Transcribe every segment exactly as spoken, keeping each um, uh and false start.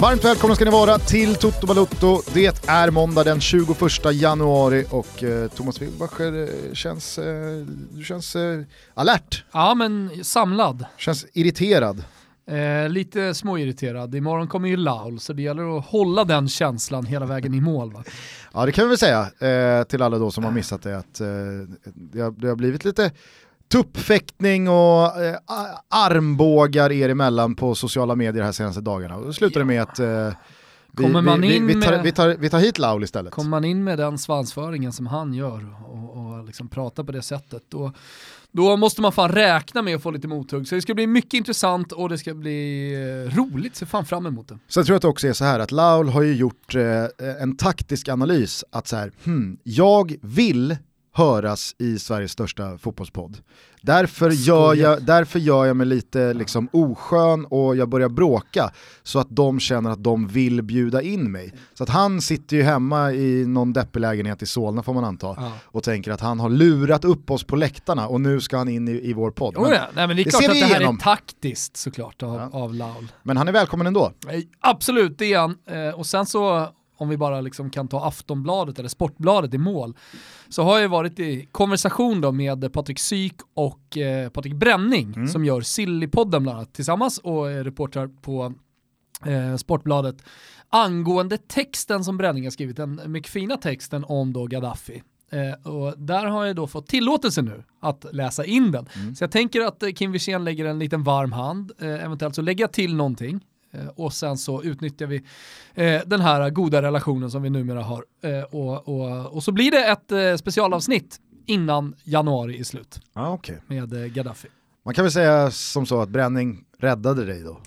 Varmt välkomna ska ni vara till Toto Balotto. Det är måndag den tjugoförsta januari och eh, Thomas Wilbacher eh, känns, eh, du känns eh, alert. Ja, men samlad. Känns irriterad. Eh, lite småirriterad. Imorgon kommer ju Laul, så det gäller att hålla den känslan hela vägen i mål, va? Ja, det kan vi väl säga eh, till alla då som har missat det, att eh, det, har, det har blivit lite tuppfäktning och eh, armbågar er emellan på sociala medier här senaste dagarna. Och då slutar det med att eh, vi, man vi, in vi, vi, tar, med, vi, tar, vi tar hit Laul istället. Kommer man in med den svansföringen som han gör och, och liksom pratar på det sättet, då, då måste man fan räkna med att få lite mothugg. Så det ska bli mycket intressant och det ska bli eh, roligt. Så fan fram emot det. Så jag tror att det också är så här att Laul har ju gjort eh, en taktisk analys att så här, hmm, jag vill höras i Sveriges största fotbollspodd. Därför gör jag, därför gör jag mig lite liksom oskön och jag börjar bråka så att de känner att de vill bjuda in mig. Så att han sitter ju hemma i någon deppig lägenhet i Solna, får man anta, ja, och tänker att han har lurat upp oss på läktarna och nu ska han in i, i vår podd. Men, oh ja. Nej, men det är det klart att det här igenom. Är taktiskt såklart av, ja. av Laul. Men han är välkommen ändå. Absolut, det är han. Eh, och sen så, om vi bara liksom kan ta Aftonbladet eller Sportbladet i mål, så har jag varit i konversation då med Patrik Syk och eh, Patrik Bränning mm. som gör Sillypodden bland annat tillsammans och är reportrar på eh, Sportbladet angående texten som Bränning har skrivit, den mycket fina texten om då Gaddafi. Eh, och där har jag då fått tillåtelse nu att läsa in den. Mm. Så jag tänker att eh, Kim Wirsén lägger en liten varm hand, eh, eventuellt så lägger jag till någonting. Och sen så utnyttjar vi eh, den här goda relationen som vi numera har. Eh, och, och, och så blir det ett eh, specialavsnitt innan januari i slut. Ah, okay. Med eh, Gaddafi. Man kan väl säga som så att Bränning räddade dig då?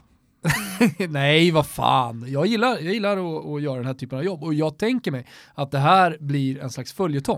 Nej, vad fan. Jag gillar, jag gillar att, att göra den här typen av jobb. Och jag tänker mig att det här blir en slags följetong.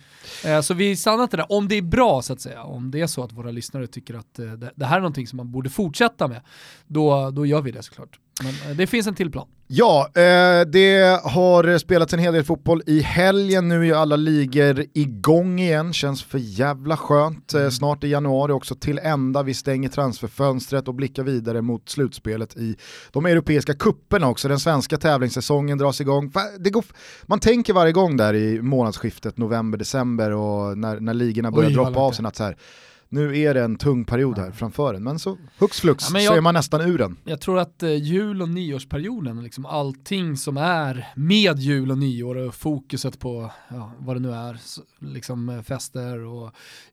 Eh, så vi stannar inte där. Om det är bra, så att säga. Om det är så att våra lyssnare tycker att eh, det, det här är någonting som man borde fortsätta med. Då, då gör vi det såklart. Men eh, det finns en till plan. Ja, eh, det har spelats en hel del fotboll i helgen. Nu är alla ligor igång igen. Känns för jävla skönt. Eh, snart i januari också till ända. Vi stänger transferfönstret och blickar vidare mot slutspelet i de europeiska kupperna också. Den svenska tävlingssäsongen dras igång. Det går, man tänker varje gång där i månadsskiftet november-december och när, när ligorna börjar Oj, droppa av sig att så här, nu är det en tung period här framför en. Men så hux flux ja, jag, så är man nästan ur den. Jag tror att eh, jul- och nyårsperioden, liksom allting som är med jul och nyår och fokuset på ja, vad det nu är, så, liksom fester och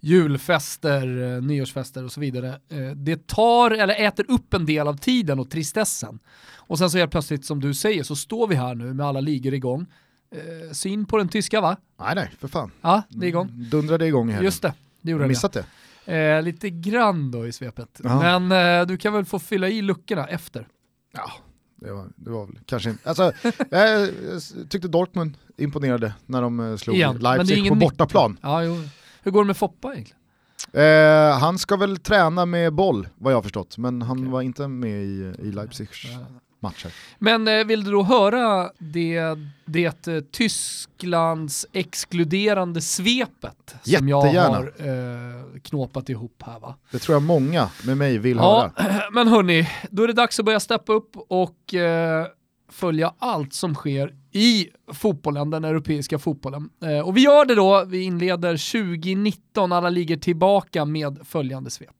julfester, eh, nyårsfester och så vidare. Eh, det tar eller äter upp en del av tiden och tristessen. Och sen så är plötsligt, som du säger, så står vi här nu med alla ligor igång. Eh, syn på den tyska, va? Nej, nej, för fan. Ja, det är igång. Dundrade igång i helgen. Just det. Det gjorde missat det. Eh, lite grann då i svepet. Aha. Men eh, du kan väl få fylla i luckorna efter. Ja, det var, det var väl kanske inte. Alltså, jag, jag tyckte Dortmund imponerade när de slog Igen. Leipzig på bortaplan. Ja, jo. Hur går det med Foppa egentligen? Eh, han ska väl träna med boll, vad jag har förstått. Men han okay. var inte med i, i Leipzigs ja. matcher. Men eh, vill du då höra det, det eh, Tysklands exkluderande svepet som Jättegärna. jag har eh, knåpat ihop här, va? Det tror jag många med mig vill ja, höra. Men hörni, då är det dags att börja steppa upp och eh, följa allt som sker i fotbollen, den europeiska fotbollen. Eh, och vi gör det då, vi inleder tjugonitton, alla ligger tillbaka med följande svep.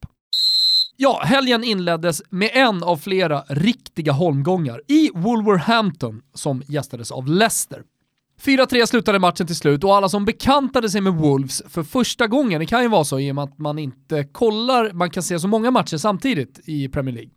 Ja, helgen inleddes med en av flera riktiga holmgångar i Wolverhampton som gästades av Leicester. fyra tre slutade matchen till slut och alla som bekantade sig med Wolves för första gången, det kan ju vara så i och med att man inte kollar, man kan se så många matcher samtidigt i Premier League,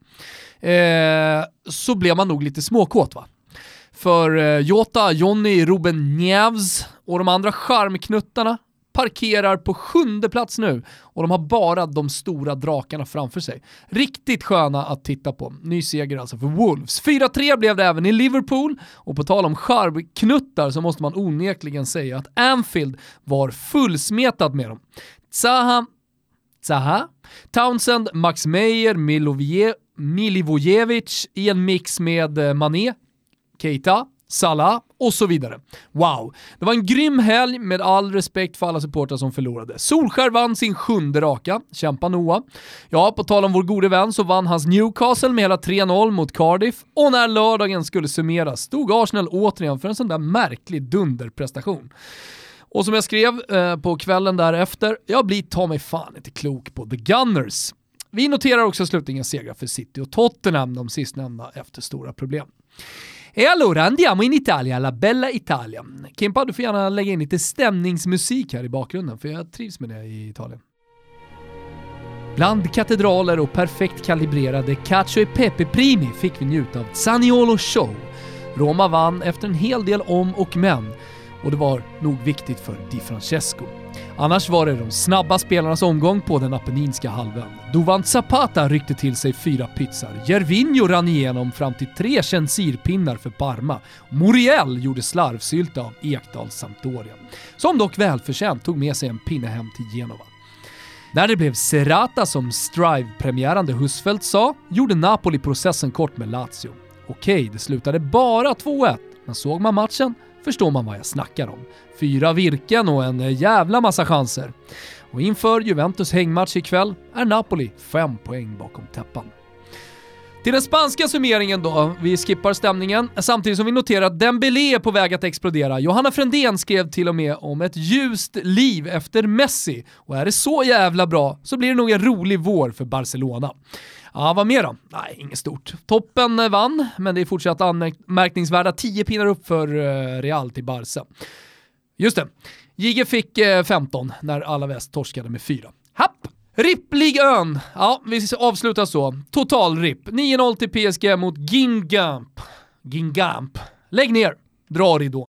eh, så blev man nog lite småkåt, va? För eh, Jota, Johnny, Ruben Neves och de andra charmknuttarna parkerar på sjunde plats nu och de har bara de stora drakarna framför sig. Riktigt sköna att titta på. Ny seger alltså för Wolves. fyra tre blev det även i Liverpool och på tal om charmknuttar så måste man onekligen säga att Anfield var fullsmetad med dem. Zaha, Zaha, Townsend, Max Meyer, Milivojevic i en mix med Mané, Keita, Salah och så vidare. Wow, det var en grym helg med all respekt för alla supportrar som förlorade. Solskär vann sin sjunde raka, kämpa Noah. Ja, på tal om vår gode vän så vann hans Newcastle med hela tre noll mot Cardiff, och när lördagen skulle summeras stod Arsenal återigen för en sån där märklig dunderprestation. Och som jag skrev eh, på kvällen därefter, jag blir ta mig fan inte klok på The Gunners. Vi noterar också slutligen segrar för City och Tottenham, de sistnämnda, efter stora problem. E allora andiamo in Italia, la bella Italia. Kimpa, du får gärna lägga in lite stämningsmusik här i bakgrunden, för jag trivs med det i Italien. Bland katedraler och perfekt kalibrerade cacio e pepe primi fick vi njuta av Zaniolo Show. Roma vann efter en hel del om och men, och det var nog viktigt för Di Francesco. Annars var det de snabba spelarnas omgång på den apenninska halvön. Duvan Zapata ryckte till sig fyra pizzar. Gervinho rann igenom fram till tre kensirpinnar för Parma. Muriel gjorde slarvsylta av Ekdals Sampdoria, som dock välförtjänt tog med sig en pinne hem till Genova. När det blev Serata som Strive-premiärande Husfeldt sa, gjorde Napoli processen kort med Lazio. Okej, det slutade bara två ett, men såg man matchen förstår man vad jag snackar om. Fyra virken och en jävla massa chanser. Och inför Juventus hängmatch ikväll är Napoli fem poäng bakom täppan. Till den spanska summeringen då, vi skippar stämningen, samtidigt som vi noterar att Dembélé är på väg att explodera. Johanna Frändén skrev till och med om ett ljust liv efter Messi, och är det så jävla bra så blir det nog en rolig vår för Barcelona. Ja, vad mer då? Nej, inget stort. Toppen vann, men det är fortsatt anmärkningsvärda tio pinnar upp för Real till Barca. Just det, Jigge fick femton när Alaves torskade med fyra. Happ! Ripp-ligön. Ja, vi avslutar så. Total ripp. nio noll till P S G mot Gingamp. Gingamp. Lägg ner. Dra ridå.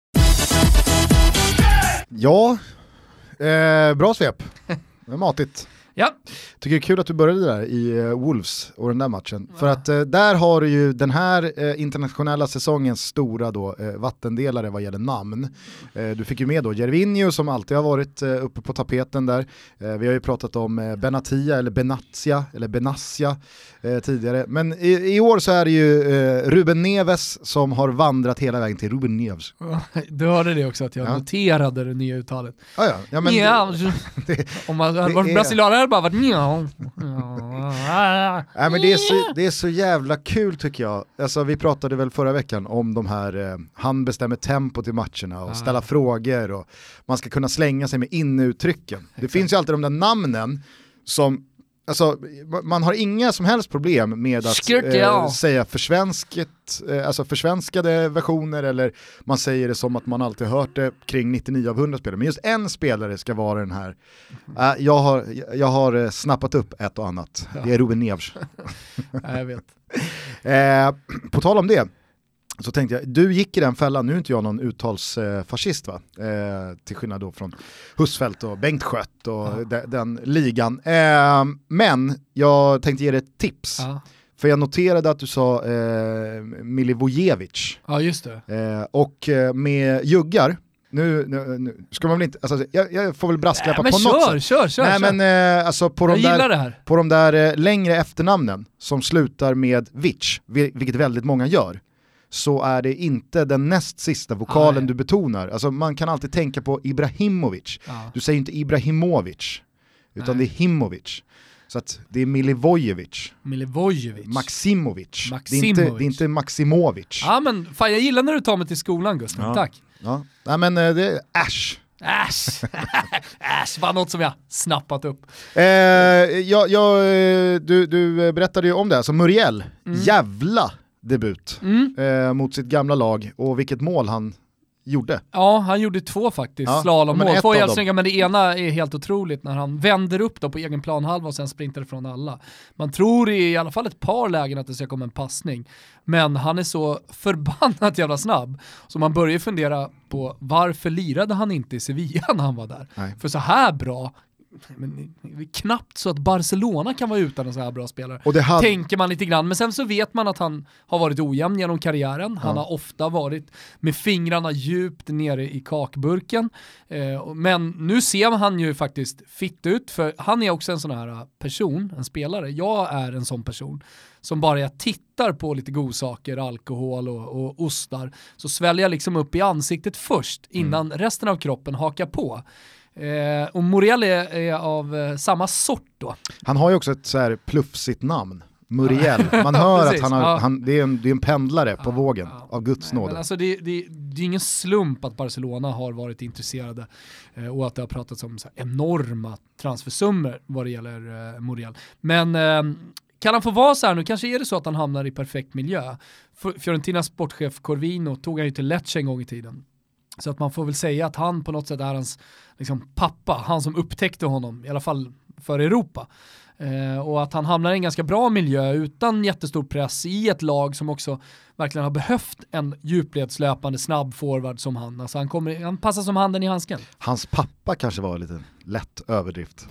Ja, eh, bra svep. Det är matigt. Ja. Tycker det är kul att du började där i uh, Wolves och den där matchen. Ja. För att uh, där har du ju den här uh, internationella säsongens stora då, uh, vattendelare vad gäller namn. Uh, du fick ju med då Gervinho som alltid har varit uh, uppe på tapeten där. Uh, vi har ju pratat om uh, Benatia eller Benatia eller Benassia uh, tidigare. Men i, i år så är det ju uh, Ruben Neves som har vandrat hela vägen till Ruben Neves. Du hörde det också att jag ja. noterade det nya uttalet. Ah, ja, ja, men ja, det, det, om man hade varit brasilianare bara varit ja. Nej, men det är, så, det är så jävla kul tycker jag. Alltså, vi pratade väl förra veckan om de här, eh, han bestämmer tempot i matcherna och ställa frågor och man ska kunna slänga sig med inuttrycken. Det finns ju alltid de där namnen som, alltså, man har inga som helst problem med att Skurt, ja. eh, säga försvensket, eh, alltså försvenskade versioner, eller man säger det som att man alltid hört det kring nittionio av hundra spelare. Men just en spelare ska vara den här. Eh, jag, har, jag har snappat upp ett och annat. Ja. Det är Ruben Neves. Jag vet. eh, på tal om det, så tänkte jag, du gick i den fällan, nu är inte jag någon uttalsfascist va? Eh, till skillnad då från Husfeldt och Bengt Skött och ja. de, den ligan. Eh, men jag tänkte ge dig ett tips. Ja. För jag noterade att du sa eh, Milivojevic. Ja, just det. Eh, och med juggar, nu, nu, nu ska man väl inte, alltså, jag, jag får väl brasklappa äh, på kör, något sätt. Kör, kör, Nej, kör. men eh, alltså på de, där, på de där eh, längre efternamnen som slutar med Vic, vilket väldigt många gör, så är det inte den näst sista vokalen ah, du betonar. Alltså man kan alltid tänka på Ibrahimovic. Ah. Du säger inte Ibrahimovic, utan Nej. det är Himovic. Så att det är Milivojevic. Milivojevic. Maximovic. Maximovic. Det är inte, det är inte Maximovic. Ja, men fan, jag gillar när du tar mig till skolan, Gustav. Ja. Tack. Ja. Nej, men det är Ash. Ash. Ash var något som jag snappat upp. Eh, jag, jag, du, du berättade ju om det. Så Muriel, mm. jävla debut mm. eh, mot sitt gamla lag, och vilket mål han gjorde. Ja, han gjorde två faktiskt, ja, slalommål. Två helt snygga, men det ena är helt otroligt när han vänder upp då på egen planhalva och sen sprintar ifrån alla. Man tror i alla fall ett par lägen att det ska komma en passning, men han är så förbannat jävla snabb så man börjar fundera på varför lirade han inte i Sevilla när han var där. Nej. För så här bra men, det är knappt så att Barcelona kan vara utan en så här bra spelare. Och det hade... Tänker man lite grann. Men sen så vet man att han har varit ojämn genom karriären. Han ja. har ofta varit med fingrarna djupt nere i kakburken. Eh, men nu ser han ju faktiskt fitt ut. För han är också en sån här person, en spelare. Jag är en sån person som bara jag tittar på lite godsaker, alkohol och, och ostar, så sväljer jag liksom upp i ansiktet först innan mm. resten av kroppen hakar på. Eh, och Muriel är, är av eh, samma sort då. Han har ju också ett så här pluffsigt namn. Muriel. Man hör att han har, ja. han, det, är en, det är en pendlare på ja, vågen ja. av Guds nåd. Alltså det, det, det är ingen slump att Barcelona har varit intresserade eh, och att det har pratats om så här enorma transfersummor vad det gäller eh, Muriel. Men eh, kan han få vara så här nu? Kanske är det så att han hamnar i perfekt miljö. Fiorentinas sportchef Corvino tog han ju till Lecce en gång i tiden. Så att man får väl säga att han på något sätt är hans liksom, pappa. Han som upptäckte honom, i alla fall för Europa. Eh, och att han hamnar i en ganska bra miljö utan jättestor press i ett lag som också verkligen har behövt en djupledslöpande snabb forward som han. Alltså han, kommer, han passar som handen i handsken. Hans pappa kanske var lite lätt överdrift.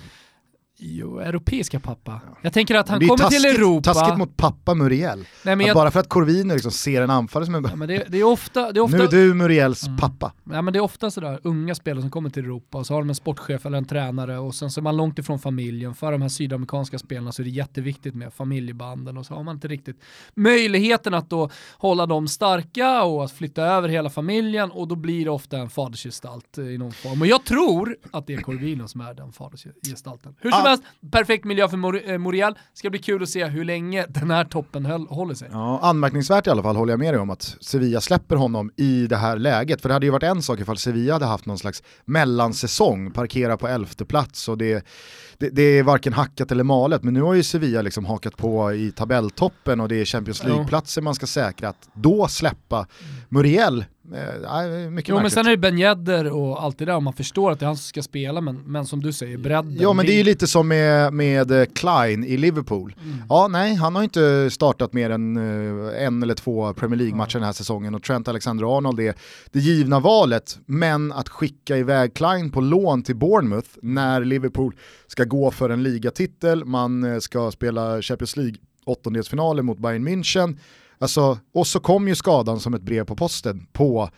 Jo, europeiska pappa. Ja. Jag tänker att han kommer taskigt, till Europa. Taskigt mot pappa Muriel. Nej, men jag... Bara för att Corvino liksom ser en anfallare som en... Ja, men det, det är ofta, det är ofta... Nu är du Muriels mm. pappa. Ja, men det är ofta sådär unga spelare som kommer till Europa och så har de en sportchef eller en tränare och sen så är man långt ifrån familjen. För de här sydamerikanska spelarna så är det jätteviktigt med familjebanden och så har man inte riktigt möjligheten att då hålla dem starka och att flytta över hela familjen och då blir det ofta en fadersgestalt i någon form. Och jag tror att det är Corvino som är den fadersgestalten. Hur som ah. helst, perfekt miljö för Mur- Muriel. Ska bli kul att se hur länge den här toppen höll, håller sig. Ja, anmärkningsvärt i alla fall håller jag med dig om att Sevilla släpper honom i det här läget. För det hade ju varit en sak ifall Sevilla hade haft någon slags mellansäsong, parkera på elfte plats och det, det, det är varken hackat eller malet. Men nu har ju Sevilla liksom hakat på i tabelltoppen och det är Champions League-platser man ska säkra. Att då släppa Muriel, äh, mycket Jo, märkligt. men sen är det Ben Yedder och allt det där. Man förstår att det är han som ska spela, men, men som du säger, bredden. Ja, men det är ju lite som med, med Klein i Liverpool. Mm. Ja, nej, han har inte startat mer än uh, en eller två Premier League-matcher mm. den här säsongen och Trent Alexander-Arnold är det givna valet. Men att skicka iväg Klein på lån till Bournemouth när Liverpool ska gå för en ligatitel, man ska spela Champions League åttondelsfinaler mot Bayern München. Alltså, och så kom ju skadan som ett brev på posten på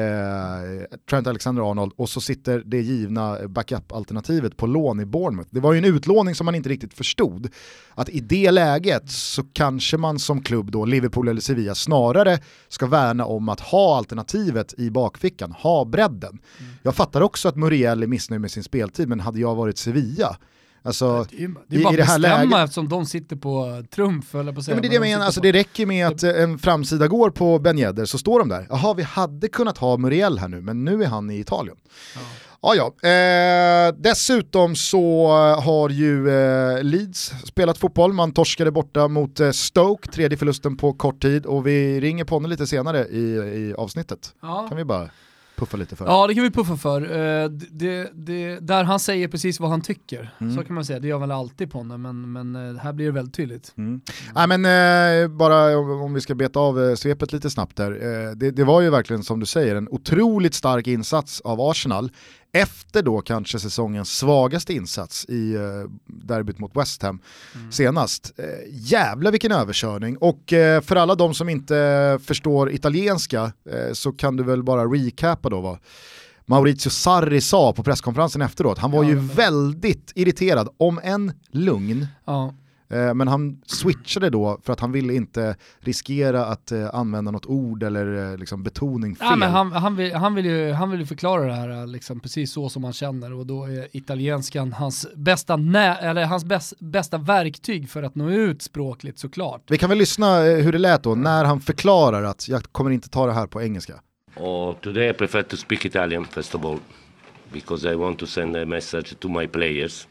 eh, Trent Alexander-Arnold och så sitter det givna backup-alternativet på lån i Bournemouth. Det var ju en utlåning som man inte riktigt förstod. Att i det läget så kanske man som klubb då, Liverpool eller Sevilla, snarare ska värna om att ha alternativet i bakfickan, ha bredden. Mm. Jag fattar också att Muriel är missnöjd med sin speltid, men hade jag varit Sevilla, alltså, det är, det är bara i, i det här läget eftersom de sitter på trumf eller på sig. Ja, men det, är det, jag menar, alltså, det räcker med att en framsida går på Ben Yedder så står de där. Jaha, vi hade kunnat ha Muriel här nu, men nu är han i Italien. Ja. Ah, ja. Eh, dessutom så har ju eh, Leeds spelat fotboll. Man torskade borta mot eh, Stoke, tredje förlusten på kort tid och vi ringer på honom lite senare i, i avsnittet. Ja. Kan vi bara puffa lite för. Ja, det kan vi puffa för. Uh, det, det, där han säger precis vad han tycker. Mm. Så kan man säga. Det gör väl alltid på honom, men, men uh, här blir det väldigt tydligt. Mm. Mm. Nej, men uh, bara om vi ska beta av uh, svepet lite snabbt där. Uh, det, det var ju verkligen, som du säger, en otroligt stark insats av Arsenal. Efter då kanske säsongens svagaste insats i uh, derbyt mot West Ham mm. senast. Uh, jävla vilken överkörning. Och uh, för alla de som inte uh, förstår italienska uh, så kan du väl bara recapa då vad Maurizio Sarri sa på presskonferensen efteråt. Han var ja, ju men... väldigt irriterad, om en lugn. Ja. Men han switchade då för att han ville inte riskera att eh, använda något ord eller eh, liksom betoning fel. Ja, men han, han, vill, han, vill ju, han vill ju förklara det här liksom, precis så som han känner och då är italienskan hans bästa, nä- eller hans bäst, bästa verktyg för att nå ut språkligt såklart. Vi kan väl lyssna eh, hur det lät då när han förklarar att jag kommer inte ta det här på engelska. Oh, today I prefer to speak Italian first of all because I want to send a message to my players.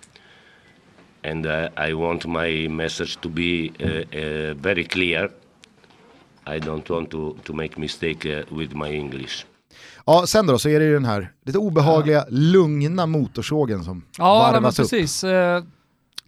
And uh, I want my message to be uh, uh, very clear. I don't want to, to make mistake uh, with my English. Ja, sen då så är det ju den här lite obehagliga, ja. lugna motorsågen som ja, varvas nej, upp. Precis. Uh,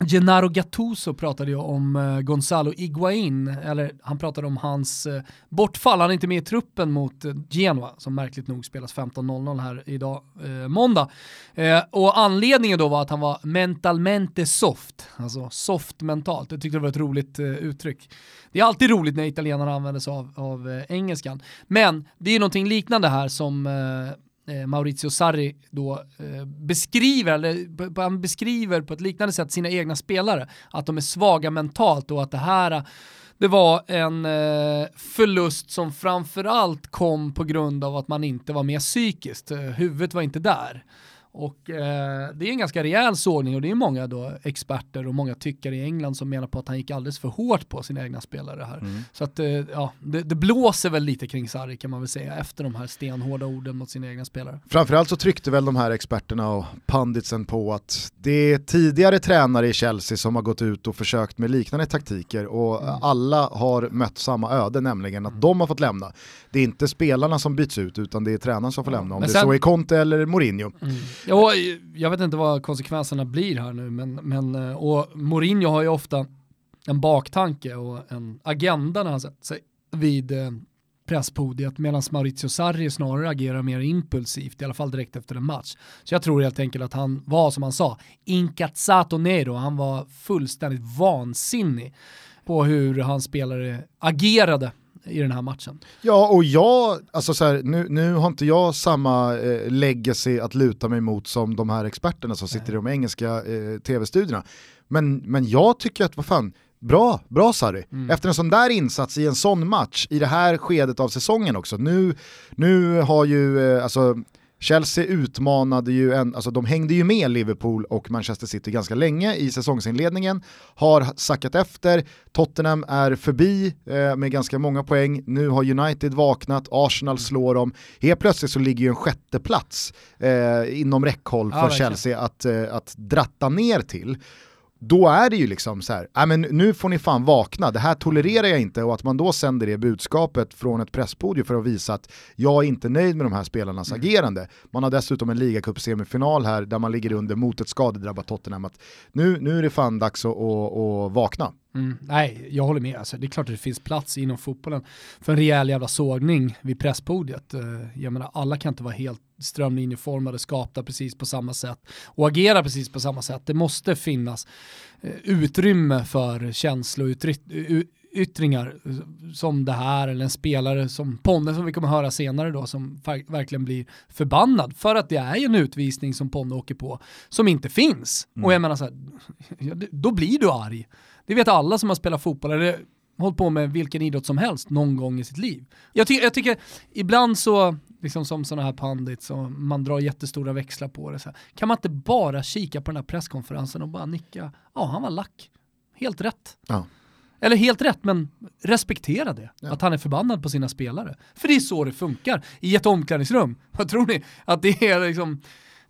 Gennaro Gattuso pratade ju om uh, Gonzalo Higuain, eller han pratade om hans uh, bortfall. Han är inte med i truppen mot uh, Genoa, som märkligt nog spelas femton noll noll här idag, uh, måndag. Uh, och anledningen då var att han var mentalmente soft, alltså soft mentalt. Jag tyckte det var ett roligt uh, uttryck. Det är alltid roligt när italienarna använder sig av, av uh, engelskan. Men det är ju någonting liknande här som... Uh, Maurizio Sarri då eh, beskriver eller han beskriver på ett liknande sätt sina egna spelare, att de är svaga mentalt och att det här det var en eh, förlust som framförallt kom på grund av att man inte var med psykiskt. Huvudet var inte där. Och eh, det är en ganska rejäl sågning, och det är många då experter och många tyckare i England som menar på att han gick alldeles för hårt på sina egna spelare här. Mm. Så att eh, ja, det, det blåser väl lite kring Sarri, kan man väl säga, efter de här stenhårda orden mot sina egna spelare. Framförallt så tryckte väl de här experterna och panditsen på att det är tidigare tränare i Chelsea som har gått ut och försökt med liknande taktiker, och mm. alla har mött samma öde, nämligen att mm. de har fått lämna. Det är inte spelarna som byts ut, utan det är tränaren som får lämna, om men det sen... så är Conte eller Mourinho. Mm. Ja, jag vet inte vad konsekvenserna blir här nu, men, men och Mourinho har ju ofta en baktanke och en agenda när han sätter sig vid presspodiet, medan Maurizio Sarri snarare agerar mer impulsivt, i alla fall direkt efter en match. Så jag tror helt enkelt att han var, som han sa, incazzato nero. Han var fullständigt vansinnig på hur hans spelare agerade i den här matchen. Ja, och jag, alltså så här, nu, nu har inte jag samma eh, legacy att luta mig mot som de här experterna som sitter Nej. i de engelska eh, tv-studierna. Men, men jag tycker att, vad fan, bra, bra Sarri. Mm. Efter en sån där insats i en sån match, i det här skedet av säsongen också. Nu, nu har ju, eh, alltså Chelsea utmanade ju en, alltså de hängde ju med Liverpool och Manchester City ganska länge i säsongsinledningen, har sackat efter, Tottenham är förbi eh, med ganska många poäng, nu har United vaknat, Arsenal slår dem, helt plötsligt så ligger ju en sjätte plats eh, inom räckhåll för ja, Chelsea att, eh, att dratta ner till. Då är det ju liksom så här, äh, men nu får ni fan vakna, det här tolererar jag inte, och att man då sänder det budskapet från ett presspodium för att visa att jag är inte nöjd med de här spelarnas mm. agerande. Man har dessutom en ligacup-semifinal här där man ligger under mot ett skadedrabbat Tottenham, att nu, nu är det fan dags att, att, att vakna. Mm, nej, jag håller med. Alltså, det är klart att det finns plats inom fotbollen för en rejäl jävla sågning vid presspodiet. Jag menar, alla kan inte vara helt strömlinjeformade, skapta precis på samma sätt och agera precis på samma sätt. Det måste finnas eh, utrymme för känsloyttringar som det här, eller en spelare som Ponne, som vi kommer höra senare då, som verkligen blir förbannad för att det är en utvisning som Ponne åker på som inte finns. Mm. Och jag menar så här, då blir du arg. Det vet alla som har spelat fotboll eller hållit på med vilken idrott som helst någon gång i sitt liv. Jag, ty- jag tycker ibland så, liksom som sådana här pandits, så man drar jättestora växlar på det. Så här. Kan man inte bara kika på den här presskonferensen och bara nicka? Ja, han var lack. Helt rätt. Ja. Eller helt rätt, men respektera det. Ja. Att han är förbannad på sina spelare. För det är så det funkar i ett omklädningsrum. Vad tror ni? Att det är liksom...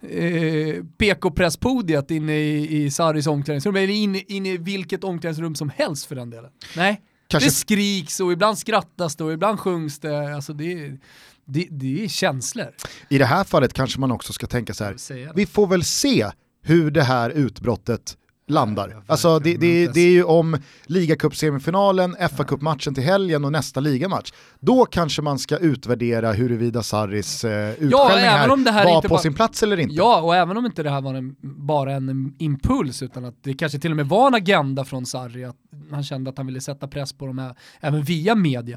Eh, P K-presspodiet inne i, i Sarris omklädningsrum, eller inne, inne i vilket omklädningsrum som helst för den delen. Nej, Kanske... det skriks och ibland skrattas det och ibland sjungs det. Alltså det är, det, det är känslor. I det här fallet kanske man också ska tänka så här, vi får väl se hur det här utbrottet landar. Ja, alltså det, det, det är ju om ligacup-semifinalen, F A-cupmatchen till helgen och nästa ligamatch. Då kanske man ska utvärdera huruvida Sarris eh, utskällning ja, här, här var på bara, sin plats eller inte. Ja, och även om inte det här var en, bara en impuls, utan att det kanske till och med var en agenda från Sarri, att han kände att han ville sätta press på dem här, även via media.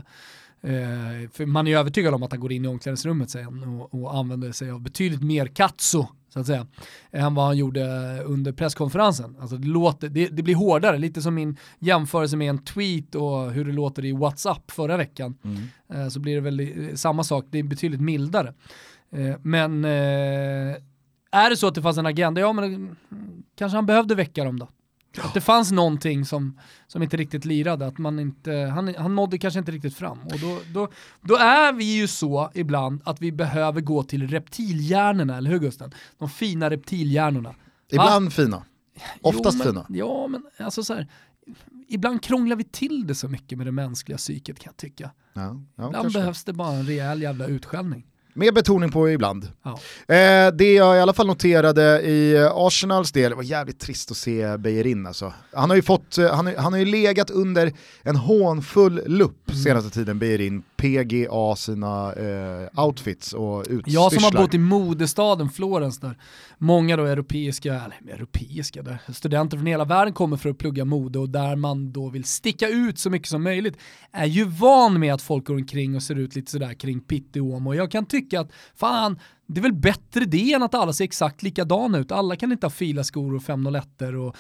Eh, för man är övertygad om att han går in i omklädningsrummet sen och, och använder sig av betydligt mer katso, så att säga, än vad han gjorde under presskonferensen. Alltså det, låter, det, det blir hårdare, lite som min jämförelse med en tweet och hur det låter i WhatsApp förra veckan. Mm. Eh, så blir det väl samma sak, det är betydligt mildare. Eh, men eh, är det så att det fanns en agenda, ja men kanske han behövde väcka dem då. Att det fanns någonting som, som inte riktigt lirade, att man inte, han, han nådde kanske inte riktigt fram. Och då, då, då är vi ju så ibland att vi behöver gå till reptilhjärnorna, eller hur Gusten? De fina reptilhjärnorna. Ibland Va? fina. Oftast jo, men, fina. Ja, men alltså så här, ibland krånglar vi till det så mycket med det mänskliga psyket, kan jag tycka. Ja, ja, ibland kanske. Behövs det bara en rejäl jävla utskällning. Med betoning på ibland. Ja. Eh, det jag i alla fall noterade i Arsenals del, det var jävligt trist att se Bellerin alltså. Han har ju fått, han har, han har ju legat under en hånfull lupp mm. senaste tiden, Bellerin. P G A sina eh, outfits och utstyrslar. Jag som har bott i modestaden Florens där många då europeiska, eller europeiska, där studenter från hela världen kommer för att plugga mode och där man då vill sticka ut så mycket som möjligt, är ju van med att folk går omkring och ser ut lite sådär kring Pitti Uomo. Och jag kan tycka att fan, det är väl bättre det än att alla ser exakt likadana ut. Alla kan inte ha filaskor och fem noll ett och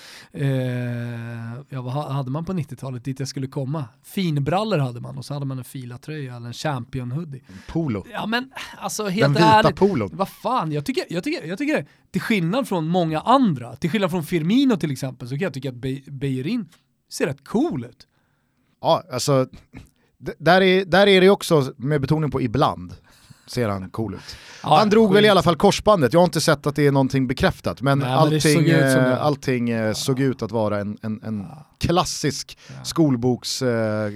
eh, ja, vad hade man på nittiotalet dit jag skulle komma? Finbrallor hade man och så hade man en filatröja eller en champion hoodie. Polo. Ja men alltså helt Den vita ärligt, polon. vad fan, jag tycker, jag tycker, jag tycker till skillnad från många andra, till skillnad från Firmino till exempel, så kan jag tycka att Be- Bellerin ser rätt cool ut. Ja, alltså d- där är, där är det också med betoning på ibland ser han cool ut. Ja, han drog skit. väl i alla fall korsbandet. Jag har inte sett att det är någonting bekräftat, men, Nej, allting, men såg ut, allting ja. såg ut att vara en, en, en ja. klassisk ja. skolboks eh,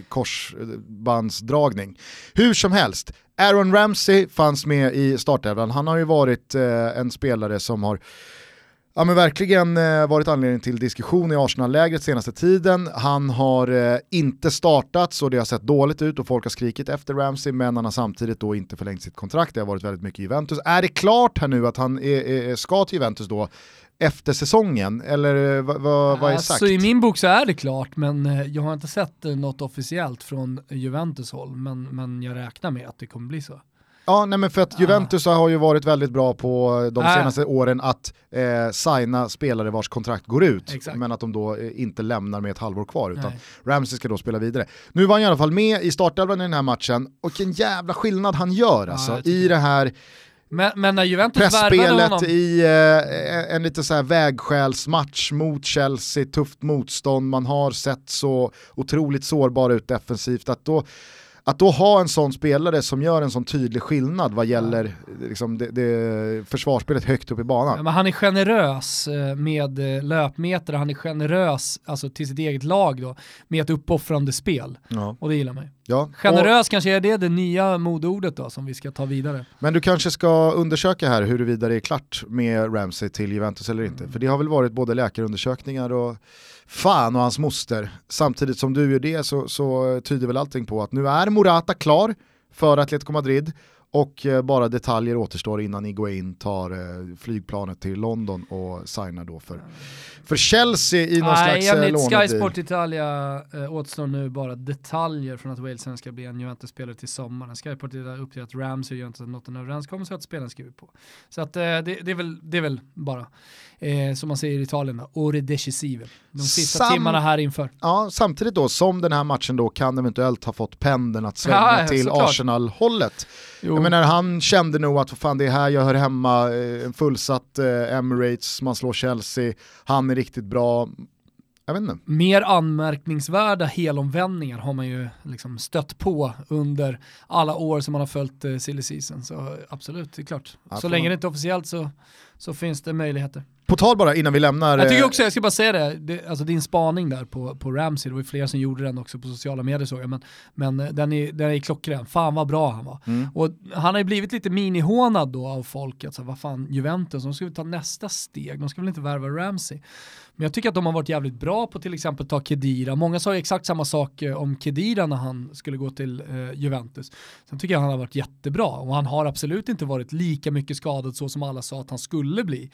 korsbandsdragning. Hur som helst, Aaron Ramsey fanns med i startelvan. Han har ju varit eh, en spelare som har Ja, men verkligen eh, varit anledning till diskussion i Arsenal-lägret senaste tiden. Han har eh, inte startat så det har sett dåligt ut och folk har skrikit efter Ramsey, men han har samtidigt då inte förlängt sitt kontrakt. Det har varit väldigt mycket Juventus. Är det klart här nu att han är, är, ska till Juventus då efter säsongen? Eller vad, vad, vad är sagt? Alltså, i min bok så är det klart, men jag har inte sett något officiellt från Juventus håll, men, men jag räknar med att det kommer bli så. Ja, nej, men för att Juventus ah. har ju varit väldigt bra på de senaste ah. åren att eh, signa spelare vars kontrakt går ut. Exakt. Men att de då eh, inte lämnar med ett halvår kvar, utan nej. Ramsey ska då spela vidare. Nu var han i alla fall med i startelvan i den här matchen och en jävla skillnad han gör ah, alltså, i det här men, men när Juventus pressspelet honom... i eh, en lite så här vägskälsmatch mot Chelsea, tufft motstånd, man har sett så otroligt sårbar ut defensivt, att då Att då ha en sån spelare som gör en sån tydlig skillnad vad gäller ja. liksom det, det försvarsspelet högt upp i banan. Ja, men han är generös med löpmeter, han är generös alltså till sitt eget lag då, med ett uppoffrande spel. Ja. Och det gillar mig. Ja. Generös och, kanske är det det nya modeordet då som vi ska ta vidare. Men du kanske ska undersöka här huruvida det är klart med Ramsey till Juventus eller inte. Mm. För det har väl varit både läkarundersökningar och fan och hans moster. Samtidigt som du gör det så, så tyder väl allting på att nu är Morata klar för Atletico Madrid och bara detaljer återstår innan Higuain tar eh, flygplanet till London och signar då för, för Chelsea i någon Nej, slags lånedeal. lånedeal. Sky Sport Italia eh, återstår nu bara detaljer från att Wales ska bli en Juventus-spelare till sommaren. Sky Sport Italia uppger att Ramsey och Juventus har nått en överenskommelse att spelaren skriver på. Så att, eh, det, det, är väl, det är väl bara eh, som man säger i Italien då, ore decisive. De sista Sam- timmarna här inför. Ja, samtidigt då som den här matchen då kan eventuellt ha fått pendeln att svänga ja, till Arsenal-hållet. Jo. Jag menar, han kände nog att fan, det är här jag hör hemma, en fullsatt eh, Emirates, man slår Chelsea, han är riktigt bra. Jag vet inte. Mer anmärkningsvärda helomvändningar har man ju liksom stött på under alla år som man har följt eh, silly season. Så absolut, det är klart. Ja, så länge man... det inte är officiellt så, så finns det möjligheter. På tal bara innan vi lämnar... Jag tycker också, jag ska bara säga det, det alltså din spaning där på, på Ramsey, det var ju flera som gjorde den också på sociala medier såg jag, men, men den är, den är klockren. Fan vad bra han var. Mm. Och han har ju blivit lite minihånad då av folk, alltså vad fan, Juventus, de ska ju ta nästa steg, de ska väl inte värva Ramsey. Men jag tycker att de har varit jävligt bra på till exempel ta Khedira. Många sa ju exakt samma sak om Khedira när han skulle gå till eh, Juventus. Sen tycker jag han har varit jättebra och han har absolut inte varit lika mycket skadad så som alla sa att han skulle bli.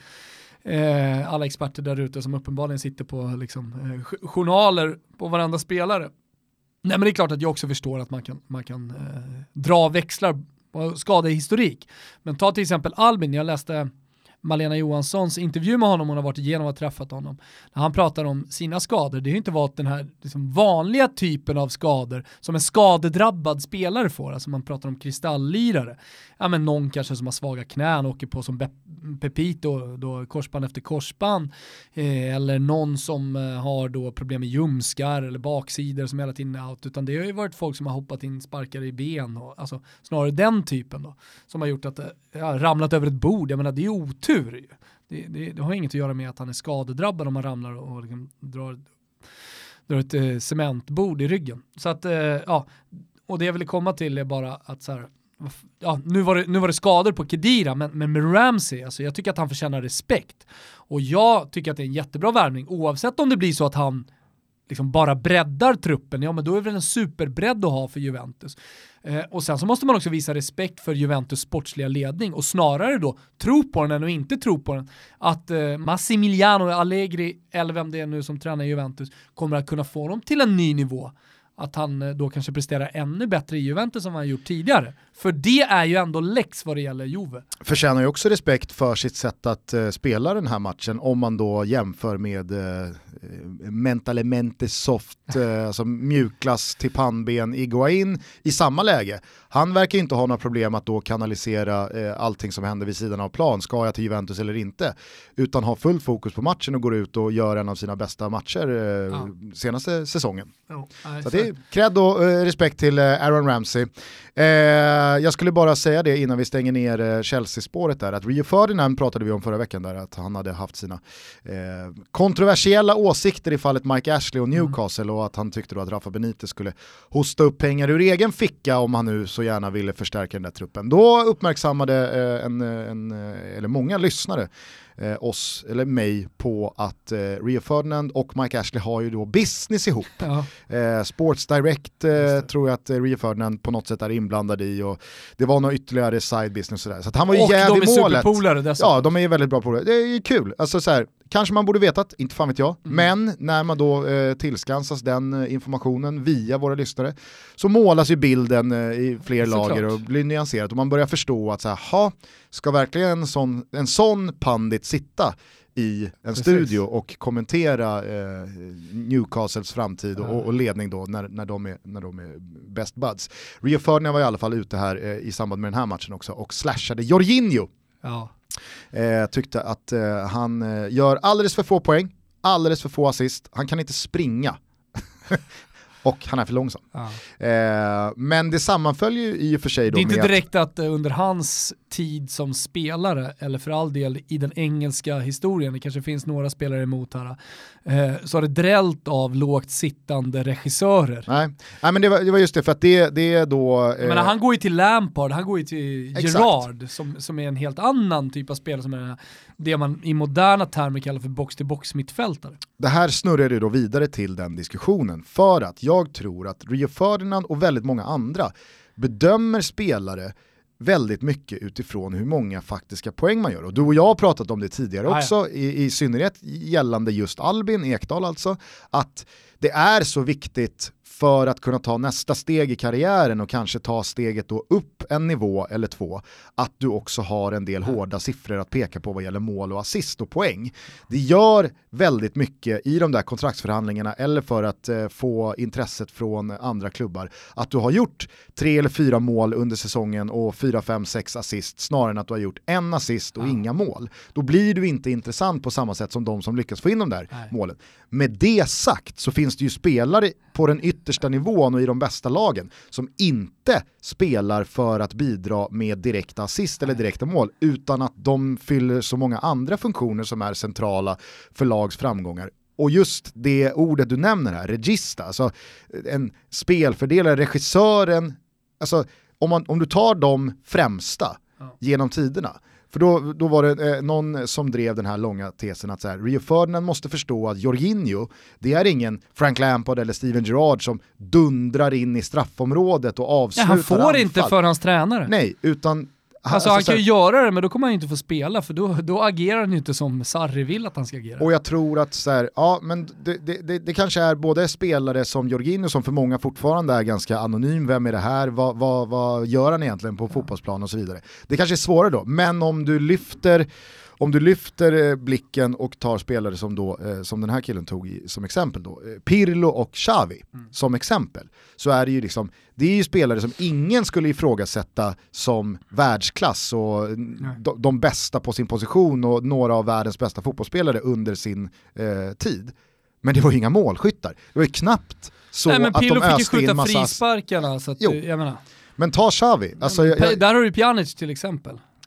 Eh, alla experter där ute som uppenbarligen sitter på liksom, eh, journaler på varandra spelare. Nej, men det är klart att jag också förstår att man kan, man kan eh, dra växlar på skadehistorik. Men ta till exempel Albin, jag läste Malena Johanssons intervju med honom, hon har varit igenom och träffat honom. När han pratar om sina skador, det har ju inte varit den här liksom, vanliga typen av skador som en skadedrabbad spelare får. Alltså man pratar om kristalllirare. Ja, men någon kanske som har svaga knän åker på som Be- Pepito, då korsband efter korsband. Eh, eller någon som eh, har då problem med ljumskar eller baksidor som hela tiden är out. Utan det har ju varit folk som har hoppat in sparkar i ben. Och, alltså snarare den typen då. Som har gjort att det eh, har ramlat över ett bord. Jag menar, det är otur. Det, det, det har inget att göra med att han är skadedrabbad om man ramlar och liksom drar, drar ett eh, cementbord i ryggen. Så att, eh, ja, och det jag vill komma till är bara att så här, ja, nu, var det, nu var det skador på Khedira, men, men med Ramsey, alltså jag tycker att han förtjänar respekt. Och jag tycker att det är en jättebra värvning, oavsett om det blir så att han liksom bara breddar truppen, ja men då är det en superbredd att ha för Juventus. Eh, och sen så måste man också visa respekt för Juventus sportsliga ledning och snarare då tro på den än att inte tro på den. Att eh, Massimiliano Allegri, eller vem det är nu som tränar Juventus, kommer att kunna få dem till en ny nivå. Att han då kanske presterar ännu bättre i Juventus än vad han gjort tidigare. För det är ju ändå läx vad det gäller Juve. Förtjänar ju också respekt för sitt sätt att uh, spela den här matchen om man då jämför med uh, mentalmente soft, uh, alltså mjukglass till pannben Higuaín i samma läge. Han verkar inte ha några problem att då kanalisera uh, allting som händer vid sidan av plan. Ska jag till Juventus eller inte? Utan ha full fokus på matchen och går ut och gör en av sina bästa matcher uh, ja. senaste säsongen. Oh, nej, så det är cred och uh, respekt till uh, Aaron Ramsey. Uh, jag skulle bara säga det innan vi stänger ner uh, Chelsea-spåret där, att Rio Ferdinand pratade vi om förra veckan där, att han hade haft sina uh, kontroversiella åsikter i fallet Mike Ashley och Newcastle mm. och att han tyckte då att Rafa Benitez skulle hosta upp pengar ur egen ficka om han nu så gärna ville förstärka den där truppen. Då uppmärksammade uh, en, en, uh, eller många lyssnare Eh, oss, eller mig, på att eh, Rio Ferdinand och Mike Ashley har ju då business ihop. Ja. Eh, Sports Direct eh, tror jag att eh, Rio Ferdinand på något sätt är inblandad i, och det var något ytterligare side business sådär. Så att han var ju jävlig i målet. Och de är superpolare dessutom. Ja, de är ju väldigt bra på det. Det är ju kul. Alltså så här, kanske man borde vetat, inte fan vet jag. Mm. Men när man då eh, tillskansas den eh, informationen via våra lyssnare, så målas ju bilden eh, i fler Såklart. lager och blir nyanserat. Och man börjar förstå att så här, ha, ska verkligen en sån, en sån pandit sitta i en Precis. studio och kommentera eh, Newcastles framtid och, och ledning då när, när, de är, när de är best buds. Rio Ferdinand var i alla fall ute här eh, i samband med den här matchen också och slashade Jorginho. Ja. Eh, tyckte att eh, han eh, gör alldeles för få poäng, alldeles för få assist, han kan inte springa och han är för långsam. Ja. Eh, men det sammanföljer ju i och för sig då. Det är inte med direkt att, att under hans tid som spelare, eller för all del i den engelska historien, det kanske finns några spelare emot här, eh, så har det drällt av lågt sittande regissörer. Nej, Nej men det var, det var just det, för att det, det är då... Eh... Men han går ju till Lampard, han går ju till Gerrard som, som är en helt annan typ av spelare, som är det man i moderna termer kallar för box-till-box mittfältare. Det här snurrar ju då vidare till den diskussionen, för att jag tror att Rio Ferdinand och väldigt många andra bedömer spelare väldigt mycket utifrån hur många faktiska poäng man gör. Och du och jag har pratat om det tidigare också, i, i synnerhet gällande just Albin Ekdal alltså, att det är så viktigt för att kunna ta nästa steg i karriären och kanske ta steget då upp en nivå eller två, att du också har en del hårda siffror att peka på vad gäller mål och assist och poäng. Det gör väldigt mycket i de där kontraktsförhandlingarna, eller för att eh, få intresset från andra klubbar, att du har gjort tre eller fyra mål under säsongen och fyra, fem, sex assist, snarare än att du har gjort en assist och ja. inga mål. Då blir du inte intressant på samma sätt som de som lyckas få in de där Nej. målen. Med det sagt så finns det ju spelare på den yttersta nivån och i de bästa lagen som inte spelar för att bidra med direkta assist eller direkta mål, utan att de fyller så många andra funktioner som är centrala för lags framgångar. Och just det ordet du nämner här, regista, alltså en spelfördelare, regissören, alltså om, man, om du tar de främsta ja. genom tiderna. För då, då var det eh, någon som drev den här långa tesen att så här, Rio Ferdinand måste förstå att Jorginho, det är ingen Frank Lampard eller Steven Gerrard som dundrar in i straffområdet och avslutar ja, han får anfall. Inte för hans tränare. Nej, utan... Alltså, alltså han kan ju göra det, men då kommer han ju inte få spela, för då, då agerar han ju inte som Sarri vill att han ska agera. Och jag tror att så här, ja, men det, det, det, det kanske är både spelare som Jorginho, som för många fortfarande är ganska anonym, vem är det här, vad, vad, vad gör han egentligen på ja. fotbollsplan och så vidare. Det kanske är svårare då, men om du lyfter Om du lyfter blicken och tar spelare som, då, eh, som den här killen tog i, som exempel då, eh, Pirlo och Xavi mm. som exempel, så är det ju liksom, det är ju spelare som ingen skulle ifrågasätta som världsklass och de, de bästa på sin position och några av världens bästa fotbollsspelare under sin eh, tid. Men det var ju inga målskyttar. Det var ju knappt så Nej, men att Pirlo de öste fick ju skjuta massa... frisparkarna, så att, jo. jag menar. Men ta Xavi. Alltså, jag, jag... Där har du Pjanic till exempel.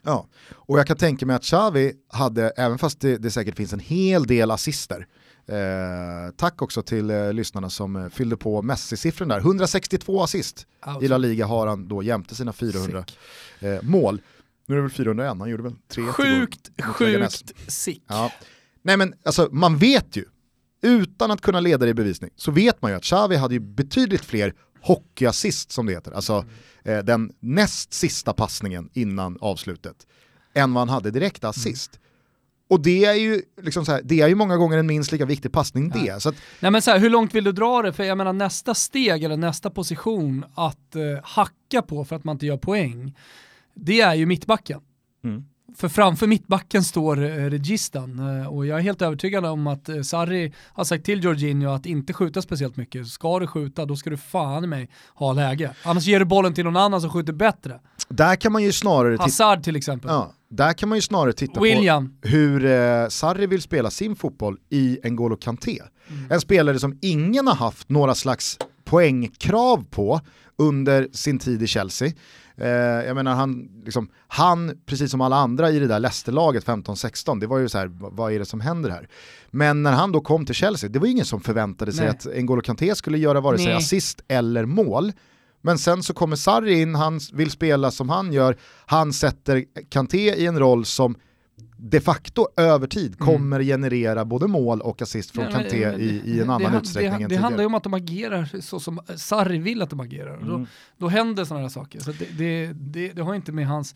Ja, och jag kan tänka mig att Xavi hade, även fast det, det säkert finns en hel del assister, eh, tack också till eh, lyssnarna som eh, fyllde på Messi-siffran där, hundrasextiotvå assist alltså. I La Liga har han då jämte sina fyrahundra eh, mål. Nu är det väl fyrahundraett, han gjorde väl tre. Sjukt, sjukt sick. Ja. Nej men alltså man vet ju, utan att kunna leda det i bevisning, så vet man ju att Xavi hade ju betydligt fler hockeyassist som det heter, alltså mm. eh, den näst sista passningen innan avslutet, än vad han hade direkt assist. Mm. Och det är ju liksom så här, det är ju många gånger en minst lika viktig passning det. Ja. Så att, nej men så här, hur långt vill du dra det? För jag menar nästa steg eller nästa position att eh, hacka på för att man inte gör poäng, det är ju mittbacken. Mm. För framför mittbacken står eh, Registan eh, och jag är helt övertygad om att eh, Sarri har sagt till Jorginho att inte skjuta speciellt mycket. Ska du skjuta, då ska du fan i mig ha läge. Annars ger du bollen till någon annan som skjuter bättre. Där kan man ju snarare Hazard till exempel. Ja, där kan man ju snarare titta William. på hur eh, Sarri vill spela sin fotboll i N'Golo Kanté. Mm. En spelare som ingen har haft några slags poängkrav på under sin tid i Chelsea. Eh, jag menar han, liksom, han, precis som alla andra i det där Leicester-laget femton sexton, det var ju så här, vad är det som händer här? Men när han då kom till Chelsea, det var ingen som förväntade sig Nej. att N'Golo Kanté skulle göra vare sig Nej. assist eller mål. Men sen så kommer Sarri in, han vill spela som han gör, han sätter Kanté i en roll som de facto över tid kommer mm. generera både mål och assist från ja, Kanté det, i, i en annan det, utsträckning det, än det, det handlar ju om att de agerar så som Sarri vill att de agerar. Mm. Då, då händer sådana här saker. Så det, det, det, det har inte med hans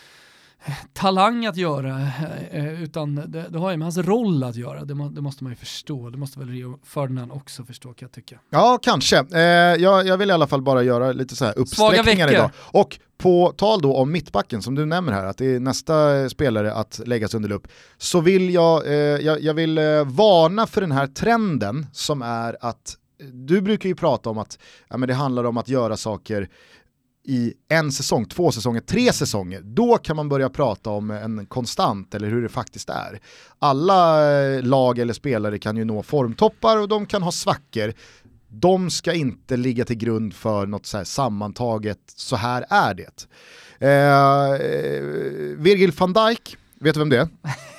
talang att göra, utan det, det har ju med hans roll att göra. Det, må, det måste man ju förstå. Det måste väl Rio Ferdinand också förstå, kan jag tycka. Ja, kanske. Eh, jag, jag vill i alla fall bara göra lite så här uppsträckningar idag. Och på tal då om mittbacken som du nämner här, att det är nästa spelare att läggas under lupp, så vill jag, eh, jag, jag vill eh, varna för den här trenden som är att du brukar ju prata om att ja, men det handlar om att göra saker i en säsong, två säsonger, tre säsonger. Då kan man börja prata om en konstant eller hur det faktiskt är. Alla lag eller spelare kan ju nå formtoppar och de kan ha svackor. De ska inte ligga till grund för något så här sammantaget, så här är det. Eh, Virgil van Dijk, vet du vem det är?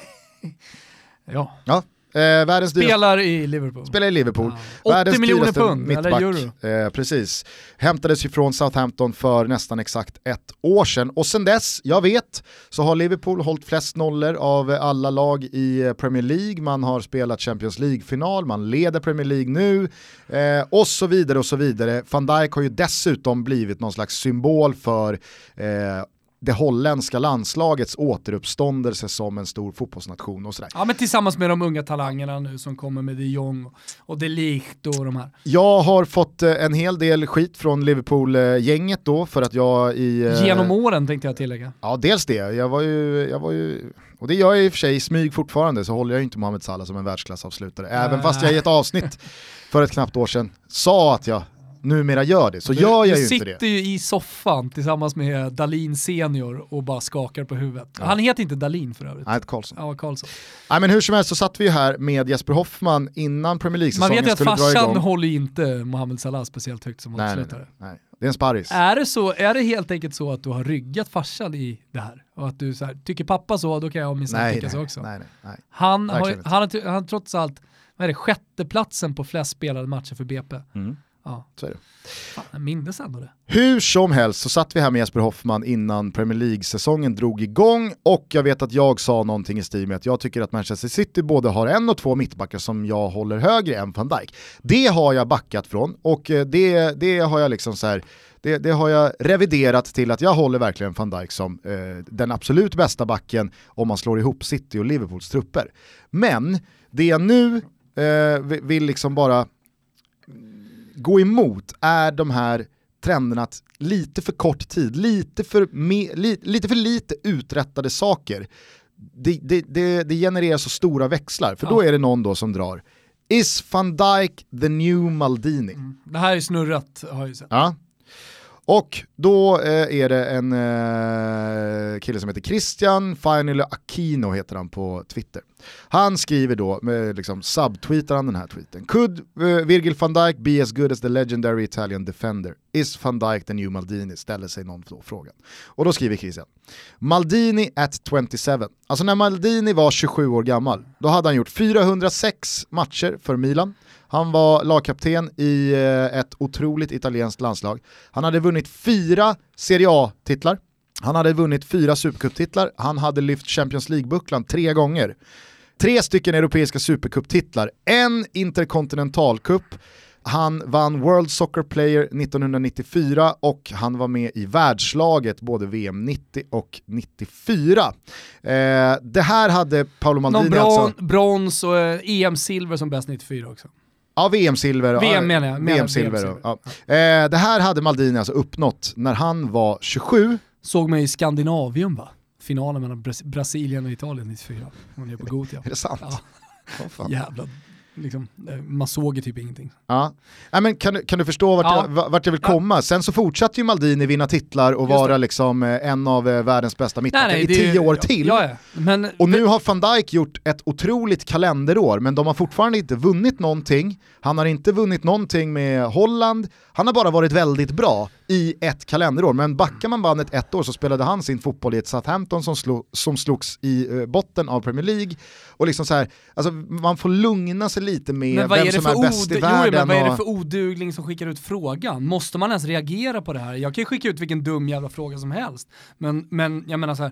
ja. Ja. Eh, världens spelar dyraste, i Liverpool. Spelar i Liverpool. Ja. åttio miljoner pund eller euro. Eh, precis. Hämtades ju från Southampton för nästan exakt ett år sedan. Och sen dess, jag vet, så har Liverpool hållit flest nollor av alla lag i Premier League. Man har spelat Champions League-final, man leder Premier League nu eh, och så vidare och så vidare. Van Dijk har ju dessutom blivit någon slags symbol för eh, det holländska landslagets återuppståndelse som en stor fotbollsnation och sådär. Ja, men tillsammans med de unga talangerna nu som kommer med de Jong och de Ligt och de här. Jag har fått en hel del skit från Liverpool-gänget då för att jag i... Genom åren tänkte jag tillägga. Ja, dels det. Jag var ju... Jag var ju och det gör jag i och för sig i smyg fortfarande, så håller jag inte Mohamed Salah som en världsklassavslutare. Även äh. fast jag i ett avsnitt för ett knappt år sedan sa att jag numera gör det, så du, gör jag ju inte det. Du sitter ju i soffan tillsammans med Dalin senior och bara skakar på huvudet. Ja. Han heter inte Dalin för övrigt. Nej, Karlsson. Ja, Karlsson. Nej, men hur som helst så satt vi ju här med Jesper Hoffman innan Premier League-säsongen skulle dra igång. Man vet ju att farsan håller inte Mohamed Salah speciellt högt som avslutare. Nej, nej, nej. Det är en sparris. Är det, så, är det helt enkelt så att du har ryggat farsan i det här? Och att du så här, tycker pappa så, då kan jag minsann tycka så också. Nej, nej, nej. Han har, han, har, han har trots allt, vad är det, sjätte platsen på flest spelade matcher för B P. Mm. Ja. Så är det. Fan, jag minns ändå det. Hur som helst så satt vi här med Jesper Hoffman innan Premier League-säsongen drog igång, och jag vet att jag sa någonting i stil med att jag tycker att Manchester City både har en och två mittbackar som jag håller högre än Van Dijk. Det har jag backat från, och det, det har jag liksom så här, det, det har jag reviderat till att jag håller verkligen Van Dijk som eh, den absolut bästa backen om man slår ihop City och Liverpools trupper. Men det jag nu eh, vill liksom bara gå emot är de här trenderna att lite för kort tid, lite för, me, li, lite, för lite uträttade saker, det, det, det, det genererar så stora växlar, för ja. Då är det någon då som drar Is Van Dijk the new Maldini? Mm. Det här är snurrat, har jag ju sett. Ja. Och då eh, är det en eh, kille som heter Christian Finally Aquino, heter han på Twitter. Han skriver då, med, liksom, subtweetar han den här tweeten. Could uh, Virgil van Dijk be as good as the legendary Italian defender? Is Van Dijk the new Maldini? Ställer sig någon då frågan. Och då skriver Christian. Maldini at tjugosju. Alltså när Maldini var tjugosju år gammal, då hade han gjort fyrahundrasex matcher för Milan. Han var lagkapten i ett otroligt italienskt landslag. Han hade vunnit fyra Serie A-titlar. Han hade vunnit fyra Supercup-titlar. Han hade lyft Champions League-bucklan tre gånger. Tre stycken europeiska Supercup-titlar. En interkontinentalcup. Han vann World Soccer Player nittonhundranittiofyra och han var med i världslaget både V M nittio och nittiofyra. Eh, det här hade Paolo Maldini bron, alltså... brons och eh, E M-silver som bäst nittiofyra också. Ja, V M-silver. V M menar jag. V M-silver. Ja. Eh, det här hade Maldini alltså uppnått när han var tjugosju. Såg mig i Skandinavien va? Finalen mellan Bras- Brasilien och Italien nittiofyra. Hon är på god, ja. Är det sant? Ja. Oh, fan. Jävla... Liksom, man såg ju typ ingenting. Ja. Ja, men kan, du, kan du förstå vart, ja. jag, vart jag vill komma? Sen så fortsatte ju Maldini vinna titlar och vara liksom en av världens bästa mittbackar i tio år till. Ja, ja. Men, och nu har Van Dijk gjort ett otroligt kalenderår, men de har fortfarande inte vunnit någonting. Han har inte vunnit någonting med Holland. Han har bara varit väldigt bra i ett kalenderår. Men backar man bandet ett år så spelade han sin fotboll i ett Southampton som, slog, som slogs i uh, botten av Premier League. Och liksom så här, alltså man får lugna sig lite med vem som är bäst i världen. Jo, men vad är det och... för odugling som skickar ut frågan? Måste man ens reagera på det här? Jag kan ju skicka ut vilken dum jävla fråga som helst. Men, men jag menar så här,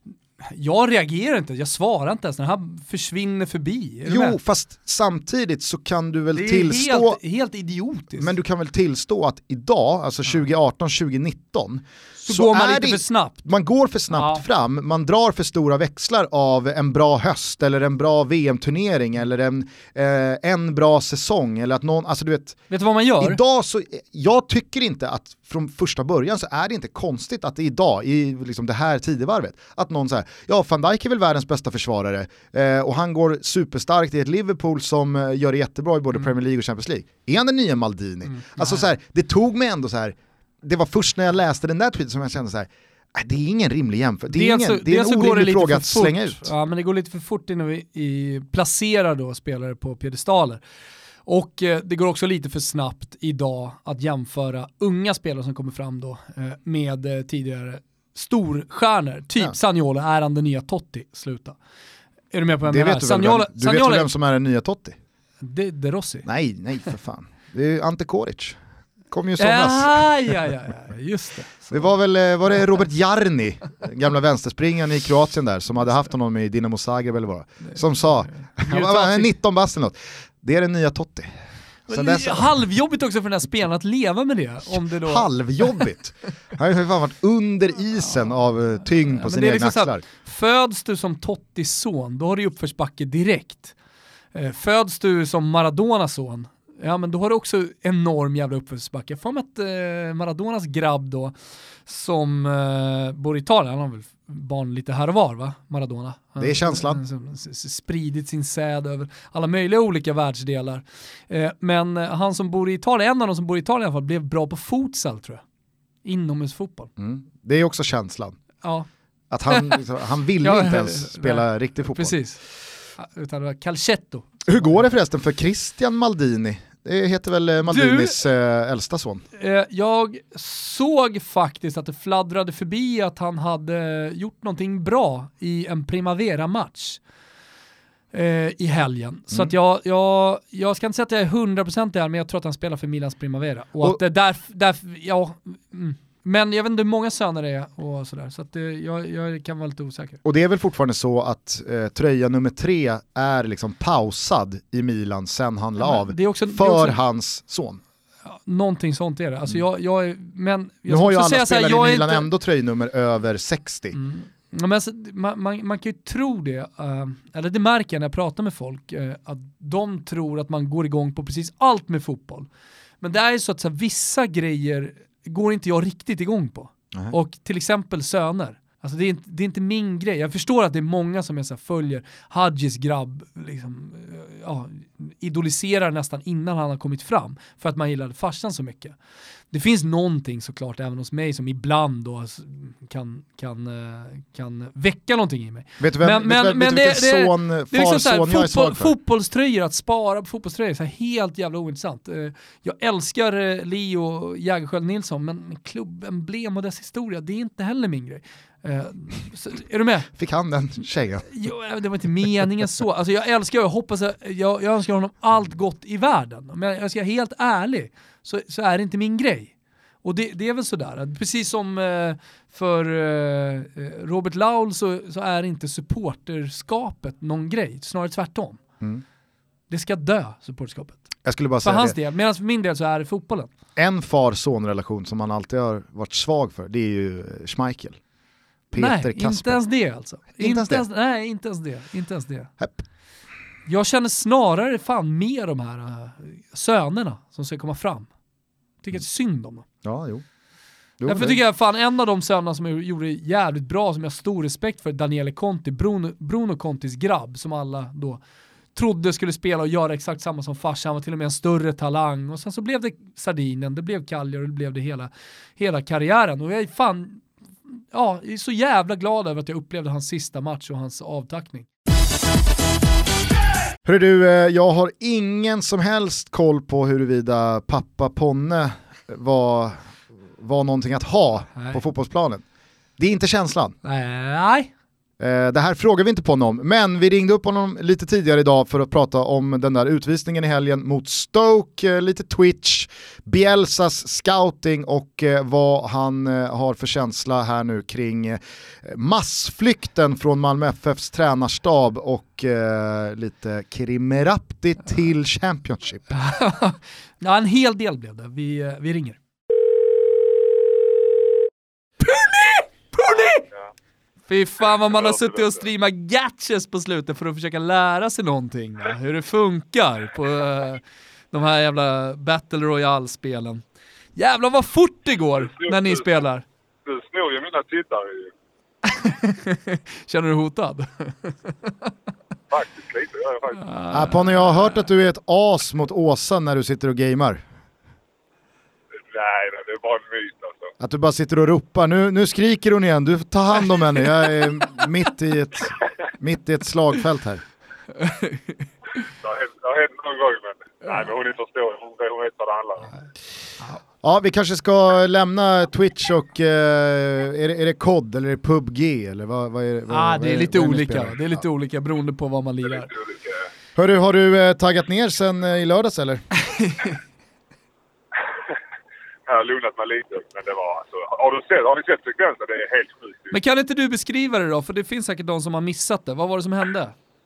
jag reagerar inte, jag svarar inte ens när han försvinner förbi. Jo, med? Fast samtidigt så kan du väl det är tillstå... Helt, helt idiotiskt. Men du kan väl tillstå att idag, alltså tjugo arton tjugo nitton, så, så går man lite det, för snabbt. Man går för snabbt ja. fram, man drar för stora växlar av en bra höst eller en bra V M-turnering eller en, eh, en bra säsong eller att någon, alltså du vet... Vet du vad man gör? Idag så, jag tycker inte att från första början så är det inte konstigt att det idag, i liksom det här tidevarvet, att någon säger, ja, Van Dijk är väl världens bästa försvarare eh, och han går superstarkt i ett Liverpool som eh, gör det jättebra i både mm. Premier League och Champions League. Är han den nya Maldini? Mm. Alltså så här, det tog mig ändå så här, det var först när jag läste den där tweeten som jag kände så här, det är ingen rimlig jämförelse. Det är, ingen, alltså, det är en orimlig fråga att fort. slänga ut. Ja, men det går lite för fort innan vi i, placerar då spelare på piedestaler. Och eh, det går också lite för snabbt idag att jämföra unga spelare som kommer fram då eh, med eh, tidigare storstjärnor. Typ ja. Zaniolo, är han den nya Totti? Sluta. Är du med på vem det jag vet du Zaniolo, vem, du Zaniolo, vet vem som är den nya Totti? Det, det Rossi. Nej, nej för fan. Det är Ante Koric. Kom ju somras. Ja, ja, ja, ja, just det. Så. Det var väl var det Robert Jarni, gamla vänsterspringaren i Kroatien där, som hade haft honom i Dinamo Zagreb eller vad, som sa, han var nitton bast eller något. Det är den nya Totti. Det är halvjobbigt också för den här spelaren att leva med det. Om det då... Halvjobbigt? Han har ju fan varit under isen av tyngd på ja, sina egna liksom axlar. Föds du som Tottis son, då har du uppförsbacke direkt. Föds du som Maradonas son, ja men då har du också enorm jävla uppförsbacke. Får man att eh, Maradonas grabb då, som eh, bor i Italien, han har väl barn lite här och var va? Maradona. Det är känslan. Han har spridit sin säd över alla möjliga olika världsdelar. Eh, men han som bor i Italien, en av de som bor i Italien i alla fall, blev bra på futsal tror jag. Inomhusfotboll. Mm. Det är också känslan. Ja. Att han, han ville ja, inte ens spela nej, riktig fotboll. Precis. Utan det var calcetto. Hur går det förresten för Christian Maldini? Det heter väl Maldinis du, äh, äldsta son? Eh, jag såg faktiskt att det fladdrade förbi att han hade gjort någonting bra i en Primavera-match eh, i helgen. Mm. Så att jag, jag, jag ska inte säga att jag är hundra procent där, men jag tror att han spelar för Milans Primavera. Och, och att det där, där ja... Mm. Men jag vet inte hur många söner det är och sådär, så att det, jag, jag kan vara lite osäker. Och det är väl fortfarande så att eh, tröja nummer tre är liksom pausad i Milan sen han la av det är också, för det är också, hans son. Ja, någonting sånt är det. Alltså jag, jag är, men jag nu har ju alla spelare här, i Milan inte... ändå tröjnummer över sextio. Mm. Men alltså, man, man, man kan ju tro det, uh, eller det märker jag när jag pratar med folk, uh, att de tror att man går igång på precis allt med fotboll. Men det är ju så att så här, vissa grejer går inte jag riktigt igång på. Uh-huh. Och till exempel söner. Alltså det är, inte, det är inte min grej. Jag förstår att det är många som jag så här följer Hadjis grabb, liksom, ja, idoliserar nästan innan han har kommit fram. För att man gillade farsan så mycket. det finns någonting såklart även hos mig som ibland då kan, kan, kan väcka någonting i mig. Vet du vem, men, men, vet, men vet det, vilken son, det, far, liksom son jag är svag för? Fotbollströjor, att spara på fotbollströjor är så här helt jävla ointressant. Jag älskar Leo Jägerskiöld Nilsson, men klubbemblem och dess historia, det är inte heller min grej. Uh, så, är du med? Fick han den tjejen? Jo, det var inte meningen så. Alltså jag älskar och hoppas att, jag, jag önskar honom allt gott i världen. Men jag ska vara helt ärlig, så, så är det inte min grej. Och det, det är väl sådär. Precis som uh, för uh, Robert Laul så, så är inte supporterskapet någon grej. Snarare tvärtom. Mm. Det ska dö, supporterskapet. Jag skulle bara för säga hans det. del. Medan för min del så är det fotbollen. En far-son-relation som man alltid har varit svag för, det är ju Schmeichel. Peter nej, Kasper. Inte ens det alltså. Inte, inte ens det? Ens, nej, inte ens det. Inte ens det. Hepp. Jag känner snarare fan mer de här uh, sönerna som ska komma fram. Tycker att det är synd om dem. Ja, jo. jo Därför det. tycker jag fan en av de sönerna som jag gjorde jävligt bra, som jag har stor respekt för, Daniele Conti, Bruno, Bruno Contis grabb, som alla då trodde skulle spela och göra exakt samma som farsan. Han var till och med en större talang. Och sen så blev det Sardinen, det blev Cagliari och det blev det hela, hela karriären. Och jag är fan... Ja, jag är så jävla glad över att jag upplevde hans sista match och hans avtackning. Hörru du, jag har ingen som helst koll på huruvida pappa Ponne var, var någonting att ha Nej. på fotbollsplanen. Det är inte känslan. Nej. Det här frågar vi inte på honom, men vi ringde upp honom lite tidigare idag för att prata om den där utvisningen i helgen mot Stoke, lite Twitch, Bielsas scouting och vad han har för känsla här nu kring massflykten från Malmö F F:s tränarstab och lite Krimerapti till Championship. Ja, en hel del blev det. Vi, vi ringer. Fy fan vad man har suttit och streamat gatches på slutet för att försöka lära sig någonting. Ja, hur det funkar på uh, de här jävla Battle Royale-spelen. Jävlar vad fort det går när ni spelar. Du snor ju mina tittare ju. Känner du hotad? Faktiskt lite, jag är faktiskt. Uh. Äh, Ponne, jag har hört att du är ett as mot Åsa när du sitter och gamer. Nej, det är bara en myt alltså. Att du bara sitter och ropar. Nu, nu skriker hon igen. Du får ta hand om henne. Jag är mitt i ett, mitt i ett slagfält här. Det har hänt, det har hänt någon gång, men, nej, men hon inte förstår. Hon, hon vet vad det handlar om. Ja, vi kanske ska lämna Twitch och eh, är, det, är det C O D eller är det P U B G? Eller vad, vad är det? Vad, ah, det är, är lite vad är olika. Det är lite ja. olika beroende på vad man lirar. Hörru, har du eh, taggat ner sen eh, i lördags eller? Jag har lugnat mig lite, men det var alltså, har du sett, har ni sett sekvensen? Det är helt sjukt. Men kan inte du beskriva det då? För det finns säkert de som har missat det. Vad var det som hände?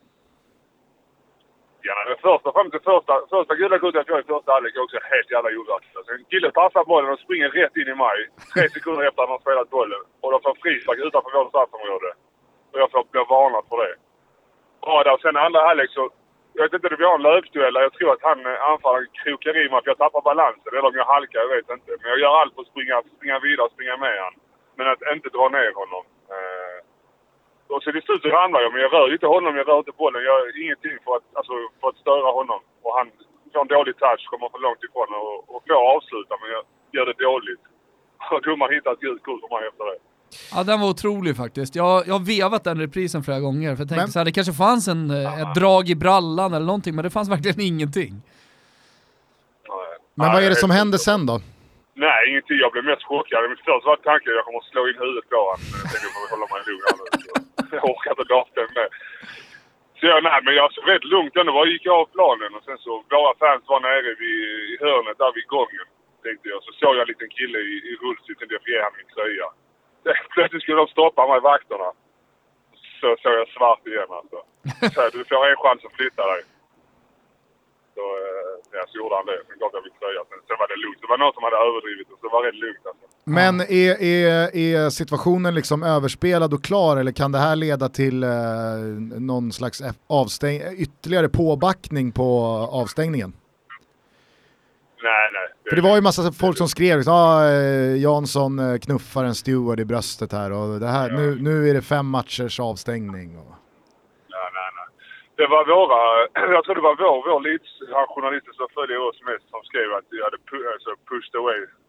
Ja, det första, fram till första, första gula kortet jag får i första halvlek är också helt jävla overkligt. Alltså, en kille passar bollen och springer rätt in i mig. Tre sekunder efter att han har spelat bollen. Och de får frispark utanför vår straffområde. Och jag får bli varnad för det. Ja, där, och sen andra halvlek så... Jag vet inte, det blir en löpduell. Jag tror att han anfallaren krokar i mig för jag tappar balansen. Eller om jag halkar, jag vet inte. Men jag gör allt för att springa, springa vidare och springa med han. Men att inte dra ner honom. Eh, och så det slutar handlar jag, men jag rör inte honom, jag rör inte bollen. Jag gör ingenting för att, alltså, för att störa honom. Och han får en dålig touch, kommer för långt ifrån och, och får avsluta, men jag gör det dåligt. Och domaren hittar ett gult kort för mig efter det. Ja, den var otrolig faktiskt. Jag, jag har vevat den reprisen flera gånger. För jag tänkte men... så här, det kanske fanns en, ett drag i brallan eller någonting, men det fanns verkligen ingenting. Nej. Men vad är det som händer sen då? Nej, ingenting. Jag blev mest chockad. Min första var tanken att jag kommer att slå in huvudet på honom. Men jag tänkte att jag får hålla mig lugn här nu. Jag orkar inte dafta med. Så jag, nej, men jag så rätt lugnt. Jag bara gick av planen och sen så våra fans var nere vid, i hörnet där vid gången. Tänkte jag. Så såg jag en liten kille i, i rullstol till jag ger han min tröja. Plötsligt skulle de stoppa mig, vakterna. Så såg jag svart igen alltså. Så du får en chans att flytta dig. Så, ja, så gjorde han det. Sen gav jag min tröja. Sen, sen var det lugnt. Det var någon som hade överdrivit och så var det rätt lugnt alltså. Men är, är, är situationen liksom överspelad och klar eller kan det här leda till eh, någon slags avstäng ytterligare påbackning på avstängningen? Nej, nej. Det För det var ju massa folk som skrev att ah, Jansson knuffar en steward i bröstet här och det här, ja. nu, nu är det fem matchers avstängning. Och... Nej, nej, nej. Det var våra, jag tror det var vår, vår leads, han journalisten som följer oss mest som skrev att jag hade pu- alltså pushed away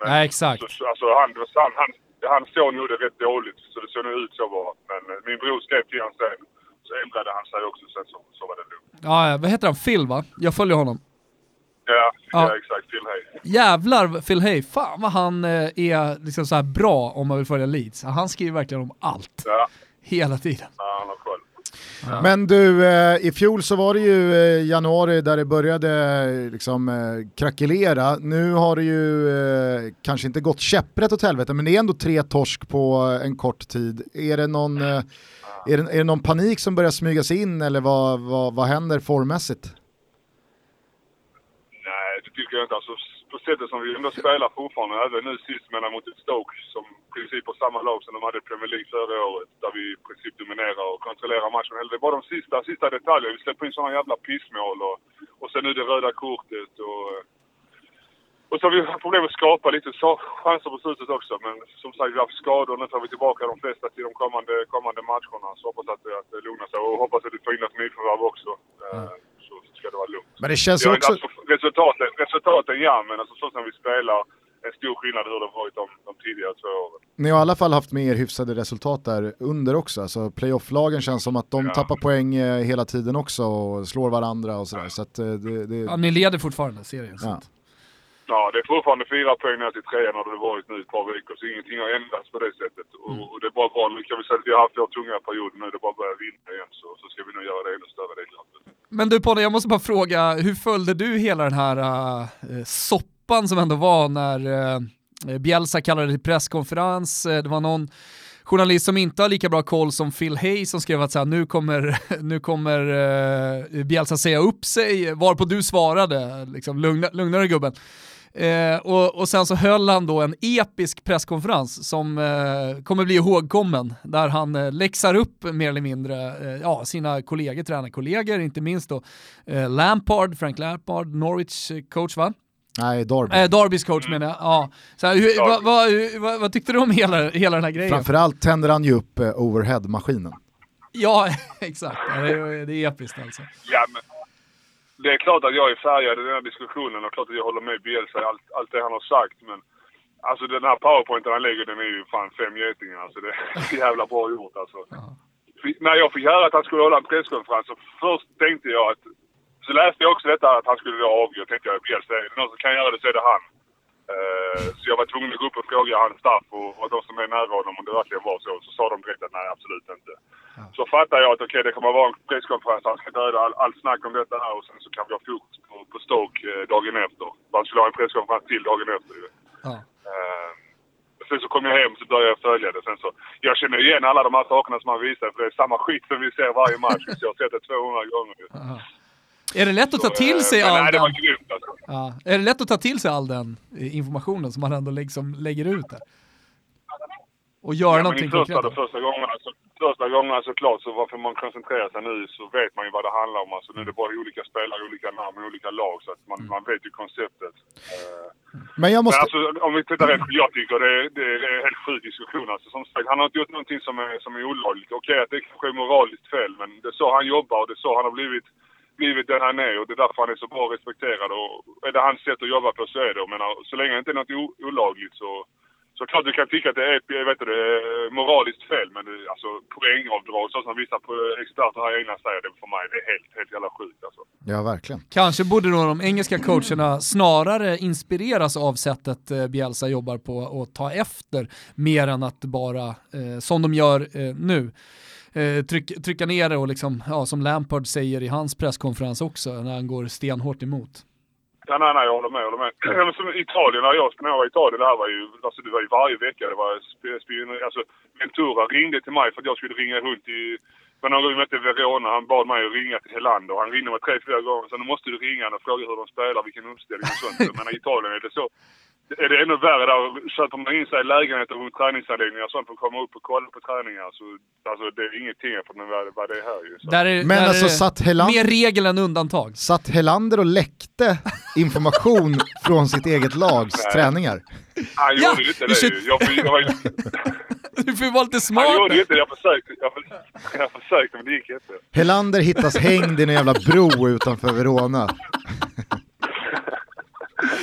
Men, Nej, exakt. Så, alltså, han, han, han, han såg nog det rätt dåligt, så det såg nog ut så bara. Men min bror skrev till honom sen, så ändrade han sig också, sen så, så var det lugnt. Ja, vad heter han? Phil, va? Jag följer honom. Ja, ja. ja exakt. Phil Hay. Jävlar, Phil Hay. Fan vad han eh, är liksom så här bra om man vill följa Leeds. Han skriver verkligen om allt. Ja. Hela tiden. Ja, han har koll. Ja. Men du, eh, i fjol så var det ju eh, januari där det började liksom eh, krackelera. Nu har det ju eh, kanske inte gått käpprätt åt helvete, men det är ändå tre torsk på en kort tid. Är det någon, eh, är det, är det någon panik som börjar smyga sig in, eller vad, vad, vad händer formmässigt? Nej, det tycker jag inte. Alltså, på sättet som vi ändå spelar fortfarande, även nu sist mellan mot ett Stoke som i princip på samma lag som de hade i Premier League förra året, där vi i princip dominerar och kontrollerar matchen. Det är bara de sista, sista detaljerna. Vi släpper in sådana jävla pissmål och, och sen nu det röda kortet och, och så har vi haft problem att skapa lite så, chanser på slutet också. Men som sagt, vi har haft skador. Nu tar vi tillbaka de flesta till de kommande, kommande matcherna. Så hoppas att det, att det lugnar sig och hoppas att det får in ett nyförvärv också. Mm. Så ska det vara lugnt. Men det känns det också... Alltså, resultaten, resultaten ja, men alltså, så som vi spelar en stor skillnad hur det har varit de, de tidigare två åren. Ni har i alla fall haft mer hyfsade resultat där under också. Alltså playoff-lagen känns som att de ja. tappar poäng hela tiden också och slår varandra och sådär. Så att det, det... Ja, ni leder fortfarande serien. Ja. Ja, det är fortfarande fyra poäng ner till trean och det har varit nu ett par veckor. Så ingenting har ändrats på det sättet. Och, mm. och det är bara bra. Nu kan vi säga att vi har haft vår tunga period. Nu är det bara att börja vinna igen. Så, så ska vi nu göra det ännu större. Det är klart. Men du Ponne, jag måste bara fråga. Hur följde du hela den här uh, soppan som ändå var när uh, Bielsa kallade det till presskonferens? Uh, det var någon journalist som inte har lika bra koll som Phil Hay som skrev att så här, nu kommer, nu kommer uh, Bielsa säga upp sig. Varpå du svarade, liksom, lugna, lugnare gubben. Eh, och, och sen så höll han då en episk presskonferens som eh, kommer bli ihågkommen, där han eh, läxar upp mer eller mindre eh, ja, sina kollegor, tränarkollegor, inte minst då eh, Lampard, Frank Lampard, Norwich coach, va? Nej, Darby. Eh, Darbys coach menar jag. Ja. Så här, hur, vad, vad, vad, vad tyckte du om hela, hela den här grejen? Framförallt tänder han ju upp eh, overhead-maskinen. Ja, exakt. Ja, det, är, det är episkt alltså. Ja, men det är klart att jag är färgad i den här diskussionen och klart att jag håller med Bielsa i allt, allt det han har sagt, men alltså den här powerpointen han lägger, den är ju fan fem getingar, alltså det är så jävla bra gjort alltså. Uh-huh. När jag fick höra att han skulle hålla en presskonferens, så först tänkte jag att, så läste jag också detta att han skulle då avgöra, tänkte jag, Bielsa, är det någon som kan göra det så är det han. Uh, så jag var tvungen att gå upp och fråga hans staff och, och de som är nära honom om det verkligen var så, så sa de direkt att nej, absolut inte. Så fattar jag att okej, okay, det kommer att vara en presskonferens, han ska döda all, all snack om detta här och sen så kan vi ha fokus på, på Stoke eh, dagen efter. Man skulle ha en presskonferens till dagen efter ju. Ja. Eh, sen så kom jag hem så började jag följa det. Sen så, jag känner igen alla de här sakerna som han visar, för det är samma skit som vi ser varje match. Så jag har sett det tvåhundra gånger. Aha. Är det lätt att ta till sig så, all nej, den? det var grymt, alltså. Ja. Är det lätt att ta till sig all den informationen som man ändå liksom lägger ut där? Och göra ja, någonting första, konkret? Första gångerna, så, första gångerna såklart, så varför man koncentrerar sig nu så vet man ju vad det handlar om. Alltså, nu är det bara olika spelare, olika namn, olika lag, så att man, mm. man vet ju konceptet. Men jag måste... Men alltså, om vi tittar rätt, jag tycker det, det är en helt sjuk diskussion. Alltså, som sagt, han har inte gjort någonting som är, som är olagligt. Okej, att det kanske är moraliskt fel, men det är så han jobbar och det är så han har blivit, blivit den han är. Och det är därför han är så bra respekterad. Och är det hans sätt att jobba på så är det. Men så länge det inte är något olagligt så... Så klart du kan tycka att det är, jag vet inte, det är moraliskt fel, men det, alltså poängavdrag, så som vissa experter här innan säger, det för mig det är helt, helt jävla sjukt alltså. Ja, verkligen. Kanske borde då de engelska coacherna snarare inspireras av sättet Bielsa jobbar på och ta efter, mer än att bara, eh, som de gör eh, nu, eh, tryck, trycka ner det och liksom, ja, som Lampard säger i hans presskonferens också, när han går stenhårt emot. Ja, nej, nej, jag håller med, jag håller med. Som Italien, när jag, när jag var i Italien, det här var ju, alltså det var ju varje vecka, det var spioneri, alltså Ventura ringde till mig för att jag skulle ringa runt i, men när jag mötte Verona, han bad mig att ringa till Helander, han ringde mig tre, fyra gånger, så nu måste du ringa och fråga hur de spelar, vilken uppställning och sånt. Men i Italien är det så, är det ännu värre där, köper man in sig i lägenheter och träningsanläggningar och sånt för att komma upp och kolla på träningar, så alltså det är ingenting för vad, vad det är här ju. Där är, men där alltså är satt Helander, mer regel än undantag. Satt Helander och läckte information från sitt eget lags Nej. träningar? Han gjorde ja, inte det should... ju. Jag, jag, jag, du får ju vara lite smart. Han gjorde inte det, jag försökte, jag, jag försökte men det gick inte. Helander hittas hängd i en jävla bro utanför Verona.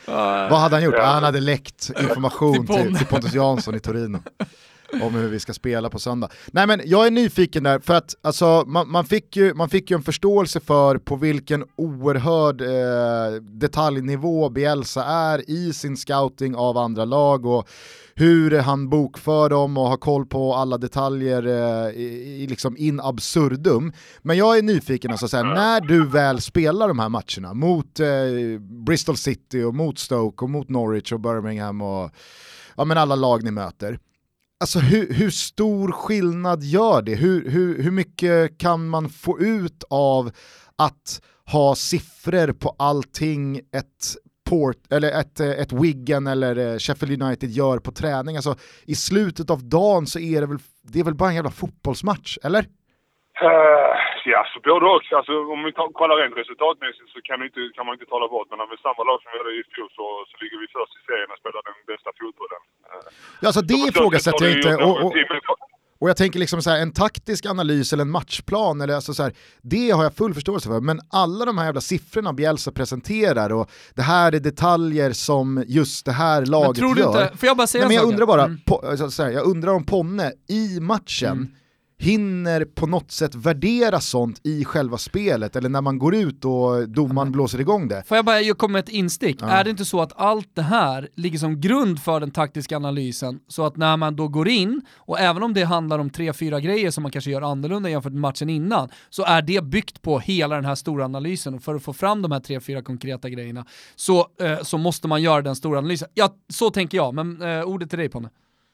Vad hade han gjort? Ja. Han hade läckt information Till till, till Pontus Jansson i Torino om hur vi ska spela på söndag. Nej, men jag är nyfiken där, för att alltså, man, man, fick ju, man fick ju en förståelse för på vilken oerhörd eh, detaljnivå Bielsa är i sin scouting av andra lag och hur han bokför dem och har koll på alla detaljer eh, i, i liksom in absurdum. Men jag är nyfiken, alltså, såhär, när du väl spelar de här matcherna mot eh, Bristol City och mot Stoke och mot Norwich och Birmingham och ja, men alla lag ni möter. Alltså hur, hur stor skillnad gör det? Hur, hur, hur mycket kan man få ut av att ha siffror på allting ett Port, eller ett, ett Wigan eller Sheffield United gör på träning? Alltså i slutet av dagen så är det väl, det är väl bara en jävla fotbollsmatch, eller? Uh, ja, så både också. Alltså, om vi tar, kollar rent resultatmässigt så kan, inte, kan man inte tala bort, men med samma lag som vi hade i fjol så, så ligger vi först i serien och spelar den bästa fotbollen. Uh, ja, alltså det ifrågasätter jag inte. Och, och, och jag tänker liksom så här, en taktisk analys eller en matchplan, eller alltså så här, det har jag full förståelse för, men alla de här jävla siffrorna Bielsa presenterar och det här är detaljer som just det här laget men tror du gör. Inte, får jag bara säga Nej, men jag undrar bara, mm. på, alltså så här, jag undrar om Ponne i matchen mm. hinner på något sätt värdera sånt i själva spelet, eller när man går ut och domaren mm. blåser igång det. Får jag bara komma med ett instick? Ja. Är det inte så att allt det här ligger som grund för den taktiska analysen, så att när man då går in, och även om det handlar om tre, fyra grejer som man kanske gör annorlunda jämfört med matchen innan, så är det byggt på hela den här stora analysen, och för att få fram de här tre, fyra konkreta grejerna så, eh, så måste man göra den stora analysen. Ja, så tänker jag, men eh, ordet till dig, Ponne.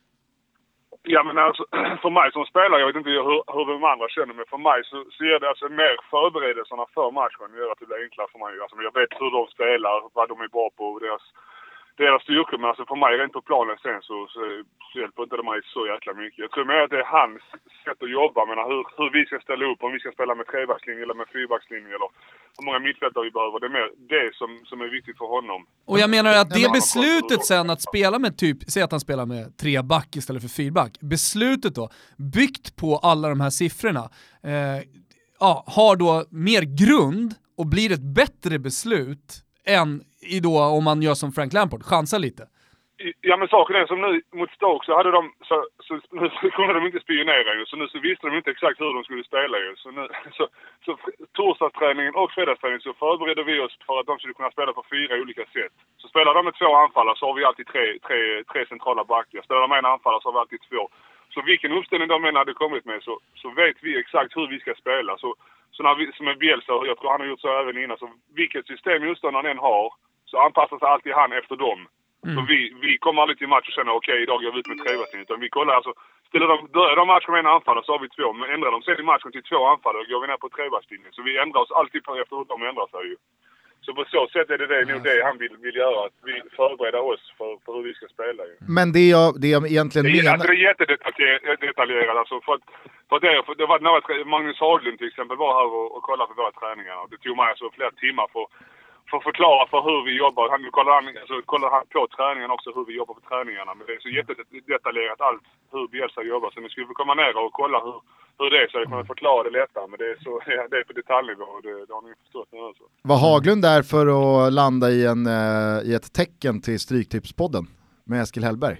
Ja, men alltså, för mig som spelare, jag vet inte hur, hur de andra känner, men för mig så, så är det alltså mer förberedelserna för matchen gör att det blir enklare för mig. Alltså, jag vet hur de spelar, vad de är bra på, deras, deras styrkor, men alltså för mig rent på planen sen så, så, så hjälper inte det mig så jäkla mycket. Jag tror mer att det är hans sätt att jobba, men hur, hur vi ska ställa upp, om vi ska spela med trebackslinje eller med fyrbackslinje eller hur många mittfältare vi behöver. Det är mer det som, som är viktigt för honom. Och jag menar att det beslutet sen att spela med typ, säg att han spelar med tre back istället för fyrback, beslutet då, byggt på alla de här siffrorna, eh, ja, har då mer grund och blir ett bättre beslut än i då om man gör som Frank Lampard, chansar lite. Ja, men saken är som nu mot Stoke så hade de så, så, nu så kunde de inte spionera ju, så nu så visste de inte exakt hur de skulle spela ju. Så nu så, så torsdagsträningen och fredagsträningen så förberedde vi oss för att de skulle kunna spela på fyra olika sätt. Så spelar de med två anfallare så har vi alltid tre, tre, tre centrala backar. Spelar de med en anfallare så har vi alltid två. Så vilken uppställning de än hade kommit med så, så vet vi exakt hur vi ska spela. Så, så när vi, som är Bielsa, jag tror han har gjort så även innan, så vilket system motståndaren än har så anpassar sig alltid han efter dem. Mm. Så vi, vi kommer aldrig till match och känner okej, okay, idag går vi ut med trebacklinjen, utan vi kollar alltså, ställer de, börjar de matchen med en anfallare så har vi två, men ändrar de sen i matchen till två anfallare och går vi ner på trebacklinjen. Så vi ändrar oss alltid på efter hur de ändrar sig ju. Så på så sätt är det det, nog det han vill, vill göra, att vi förbereder oss för, för hur vi ska spela ju. Men det jag, det jag egentligen det, menar... Alltså det är jättedetaljerat alltså, för att, för att det, för det var några, Magnus Haglund till exempel var här och, och kollade på våra träningar, och det tog mig alltså flera timmar för för att förklara för hur vi jobbar. Han kollar, han, alltså, kollar han på träningen också, hur vi jobbar på träningarna. Men det är så jättedetaljerat allt hur Bielsa jobbar. Så nu ska vi komma ner och kolla hur, hur det är, så jag kan förklara det lättare. Men det är, så, ja, det är på detaljnivå och det, det har ni förstått nu alltså. Var Haglund där för att landa i, en, i ett tecken till Stryktipspodden med Eskil Hellberg?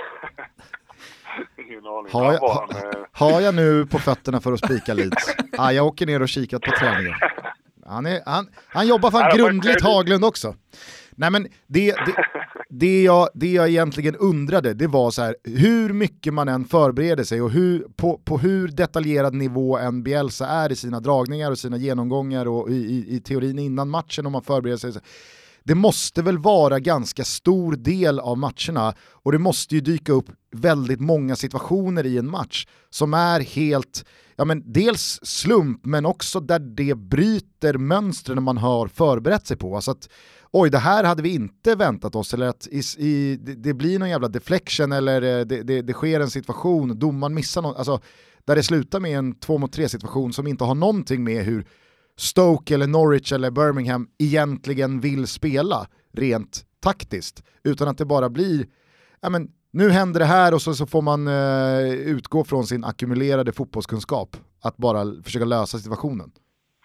Ingen aning. Har jag, ha, har jag nu på fötterna för att spika Leeds? Ah, jag åker ner och kikat på träningen. Han, är, han, han jobbar fan grundligt, Haglund också. Nej, men det, det, det, jag, det jag egentligen undrade, det var så här, hur mycket man än förbereder sig och hur, på, på hur detaljerad nivå en Bielsa är i sina dragningar och sina genomgångar och i, i, i teorin innan matchen om man förbereder sig. Det måste väl vara ganska stor del av matcherna, och det måste ju dyka upp väldigt många situationer i en match som är helt, ja men dels slump, men också där det bryter mönstren man har förberett sig på. Alltså att oj, det här hade vi inte väntat oss, eller att i, i, det, det blir någon jävla deflection, eller det, det, det sker en situation, domaren missar något, alltså där det slutar med en två mot tre situation som inte har någonting med hur Stoke eller Norwich eller Birmingham egentligen vill spela rent taktiskt, utan att det bara blir, ja men nu händer det här, och så, så får man uh, utgå från sin ackumulerade fotbollskunskap att bara försöka lösa situationen. Ja, men det,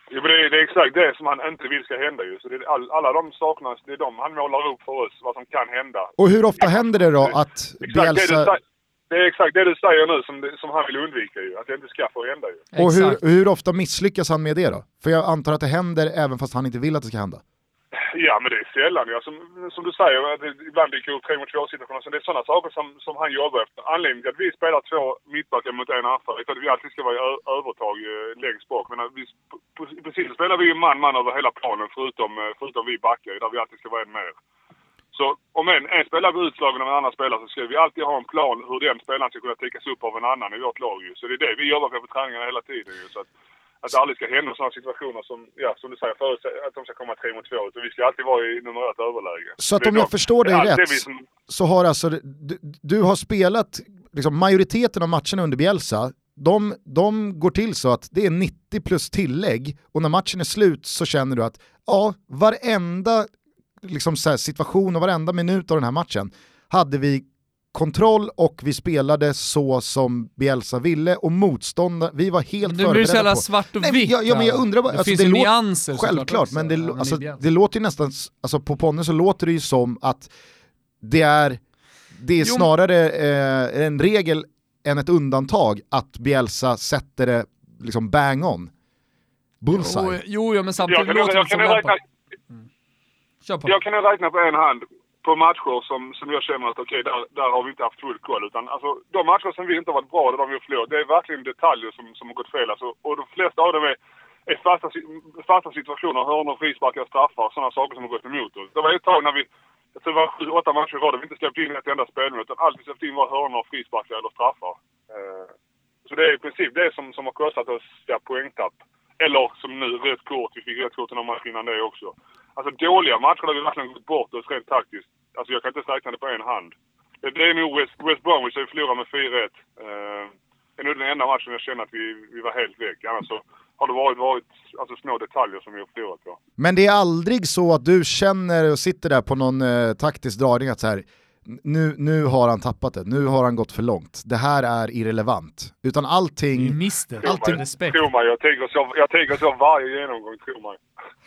är, det är exakt det som han inte vill ska hända ju. Så det är all, alla de sakerna, det är de han målar upp för oss, vad som kan hända. Och hur ofta händer det då att Bielsa... Det, det är exakt det du säger nu som, det, som han vill undvika ju, att det inte ska få hända ju. Och hur, hur ofta misslyckas han med det då? För jag antar att det händer även fast han inte vill att det ska hända. Ja, men det är sällan. Ja. Som, som du säger, det, ibland dyker upp tre mot två situationer. Så det är sådana saker som, som han jobbar efter. Anledningen till att vi spelar två mittbackar mot en anfallare är att vi alltid ska vara i ö- övertag eh, längst bak. Men vi, precis spelar vi ju man-man över hela planen förutom, förutom vi backar, där vi alltid ska vara en mer. Så om en, en spelare blir utslagen av en annan spelare så ska vi alltid ha en plan hur den spelaren ska kunna täckas upp av en annan i vårt lag. Ju. Så det är det vi jobbar för på träningarna hela tiden. Ju. Så att, Att det aldrig ska hända sådana situationer som, ja, som du säger förut, att de ska komma tre mot två. Så vi ska alltid vara i nummer ett överläge. Så att om jag förstår dig rätt som... så har alltså du, du har spelat liksom, majoriteten av matcherna under Bielsa, de, de går till så att det är nittio plus tillägg och när matchen är slut så känner du att ja, varenda liksom, så här, situation och varenda minut av den här matchen hade vi kontroll och vi spelade så som Bielsa ville och motståndare, vi var helt förberedda på. Det blir så jävla svart och vitt. Nej, ja, ja, men jag undrar bara, det alltså, finns det ju låter, nyanser. självklart, men det, alltså, det låter ju nästan, alltså på Ponne så låter det ju som att det är, det är snarare eh, en regel än ett undantag att Bielsa sätter det liksom bang on. Bullseye. Jo, jo ja, men samtidigt jag kan, låter jag, det kan som räkna, mm. Kör på. Jag kan räkna på en hand på matcher som, som jag känner att okej, okay, där, där har vi inte haft full koll. Utan, alltså, de matcher som vi inte har varit bra, de vi har förlorat, det är verkligen detaljer som, som har gått fel. Alltså, och de flesta av dem är, är fasta, fasta situationer, hörnor, frisparkar, straffar och sådana saker som har gått emot oss. Det var ett tag när vi, jag tror det var sju, åtta matcher i rad, vi inte släppte in ett enda spelmål, utan allt vi släppte in var hörnor, frisparkar eller straffar. Uh, så det är i princip det som, som har kostat oss ja, poängtapp. Eller som nu, rätt kort, vi fick rätt kort i någon match innan det också. Alltså dåliga matcher där vi verkligen gått bort oss rent taktiskt. Alltså jag kan inte räkna det på en hand. Det, det är nog West, West Bromwich som vi förlorar med fyra ett. Uh, det är nog den enda matchen jag känner att vi, vi var helt väck. Annars så har det varit, varit alltså, små detaljer som vi har förlorat på. Men det är aldrig så att du känner och sitter där på någon uh, taktisk dragning att så här, nu, nu har han tappat det, nu har han gått för långt. Det här är irrelevant. Utan allting... Du mister allting respekt. Tro mig, jag tänker så, jag tänker så varje genomgång, tro mig.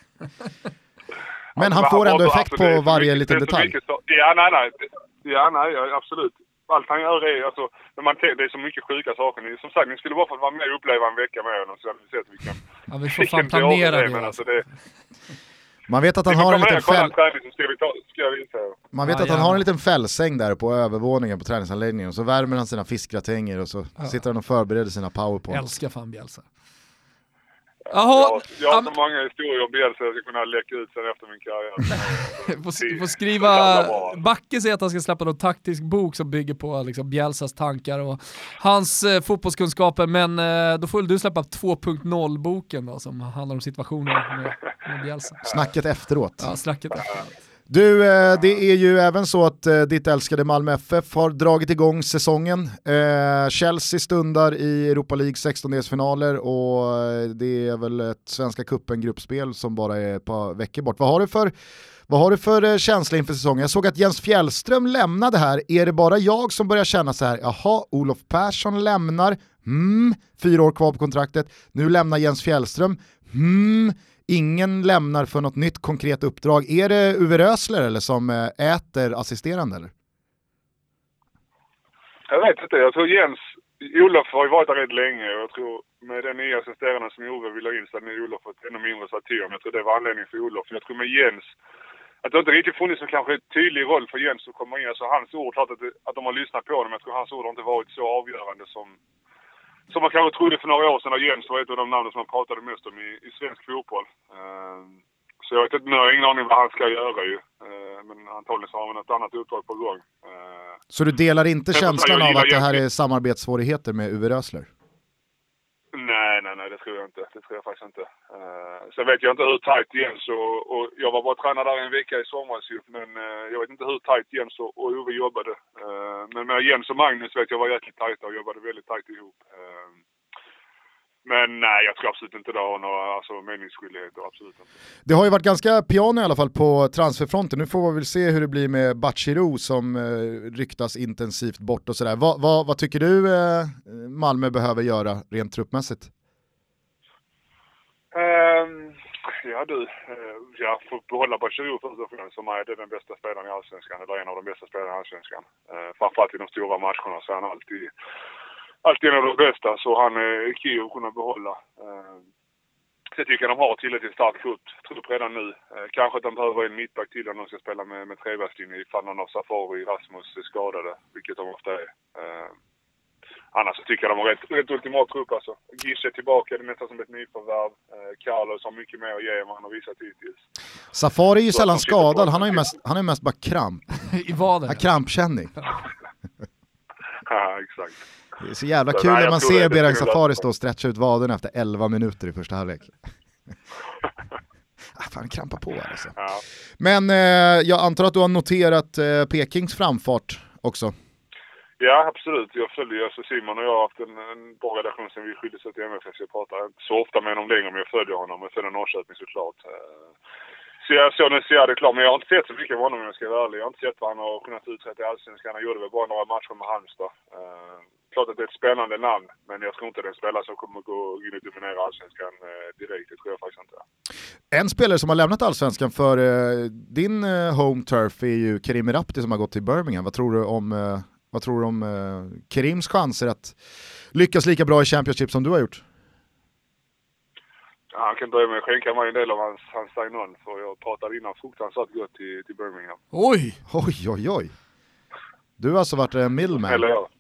Men han får ändå effekt på varje liten detalj. Ja, nej, nej. Ja, nej, absolut. Allt han gör är, alltså, när man det är så mycket sjuka saker. Som sagt, ni skulle bara få vara med och uppleva en vecka med honom så att vi ser att vi kan... Ja, vi får fan planera det. Men alltså det... Man vet att han har en liten fäll... Man vet ja, att han har en liten fällsäng där på övervåningen på träningsanläggningen och så värmer han sina fiskgratänger och så ja. sitter han och förbereder sina powerpoints. Älskar fan Bielsa. Jaha, jag har så många historier om Bielsa jag ska kunna läcka ut sen efter min karriär. får, får skriva, Backe säger att han ska släppa någon taktisk bok som bygger på liksom, Bielsas tankar och hans eh, fotbollskunskaper, men eh, då får du släppa två punkt noll-boken då, som handlar om situationen med, med Bielsa. Snacket efteråt. Ja, snacket efteråt. Du, det är ju även så att ditt älskade Malmö F F har dragit igång säsongen. Chelsea stundar i Europa League sextondelsfinaler och det är väl ett Svenska cupen-gruppspel som bara är ett par veckor bort. Vad har du för, vad har du för känsla inför säsongen? Jag såg att Jens Fjällström lämnade här. Är det bara jag som börjar känna så här, jaha, Olof Persson lämnar, mm, fyra år kvar på kontraktet. Nu lämnar Jens Fjällström, mm, ingen lämnar för något nytt konkret uppdrag. Är det Uwe Rösler eller som äter assisterande eller? Jag vet inte. Jag tror Jens, Olof har ju varit där rätt länge och jag tror med den nya assisterande som Ove vill ha in så hade Olof fått ännu mindre satir. Jag tror det var anledningen för Olof. Jag tror med Jens, att det inte riktigt funnits en kanske tydlig roll för Jens att komma in. Alltså hans ord, klart att, att de har lyssnat på honom. Jag tror hans ord har inte varit så avgörande som Som man kanske trodde för några år sedan när Jens var ett av de namn som man pratade mest om i, i svensk fotboll. Uh, så jag vet inte, jag har ingen aning vad han ska göra ju. Uh, men antagligen så har han ett annat uppdrag på gång. Uh, så du delar inte känslan av att det här är samarbetssvårigheter med Uwe Rösler? Nej, nej, nej, det tror jag inte. Det tror jag faktiskt inte. Uh, sen vet jag inte hur tajt Jens och, och jag var bara tränad där en vecka i somras ju, men uh, jag vet inte hur tajt Jens och, och Uwe jobbade. Uh, men med Jens och Magnus vet jag var jäkligt tajta och jobbade väldigt tajt ihop. Uh, men nej, jag tror absolut inte det har några alltså, meningsskyldigheter, absolut inte. Det har ju varit ganska piano i alla fall på transferfronten. Nu får vi väl se hur det blir med Bachirou som uh, ryktas intensivt bort och sådär. Va, va, vad tycker du uh, Malmö behöver göra rent truppmässigt? Um, Ja du, jag får behålla Bachirou först och främst, som är det den bästa spelaren i Allsvenskan, eller en av de bästa spelarna i Allsvenskan. Framförallt i de stora matcherna så är han alltid, alltid en av de bästa, så han är key att kunna behålla. Så jag tycker de har tillräckligt stark trupp, trupp redan nu. Kanske att de behöver en mittback till om de ska spela med, med trebackslinje ifall någon av Safari Rasmus är skadade, vilket de ofta är. Annars så tycker jag de har rätt, rätt ultimat trupp alltså. Gische tillbaka, det är nästan som ett nyförvärv. Eh, Carlos har mycket mer att ge än vad han har visat hittills. Safari är ju sällan skadad, han har ju mest, han är mest bara kramp. I vaden. Ja, krampkänning. Ja, exakt. Det är så jävla så kul nej, när man tror ser det- det Berang skulle Safari vara- stå och stretcha ut vaden efter elva minuter i första halvlek. ah, fan, krampa på alltså. Ja. Men eh, jag antar att du har noterat eh, Pekings framfart också. Ja, absolut. Jag följer alltså Simon och jag har haft en, en bra relation sen vi skildes åt i M F F. Jag pratar inte så ofta med honom längre, men jag följer honom. Jag följer Norrköping såklart. Eh, Så jag såg nu så jag det klart, men jag har inte sett så mycket av honom om jag ska vara ärlig. Jag har inte sett vad han har kunnat uträtta i Allsvenskan. Han gjorde väl bara några matcher med Halmstad. Uh, klart att det är ett spännande namn, men jag tror inte det är en spelare som kommer gå in och dominera Allsvenskan uh, direkt. Det tror jag faktiskt inte. En spelare som har lämnat Allsvenskan för uh, din uh, home turf är ju Kerim Rapti som har gått till Birmingham. Vad tror du om, uh, vad tror du om uh, Kerims chanser att lyckas lika bra i Championship som du har gjort? Han kan börja med att skänka mig en del av hans, hans sign-on, för jag pratade innan fruktansvärt gott till, till Birmingham. Oj! Oj, oj, oj. Du har alltså varit en middleman. Eller ja.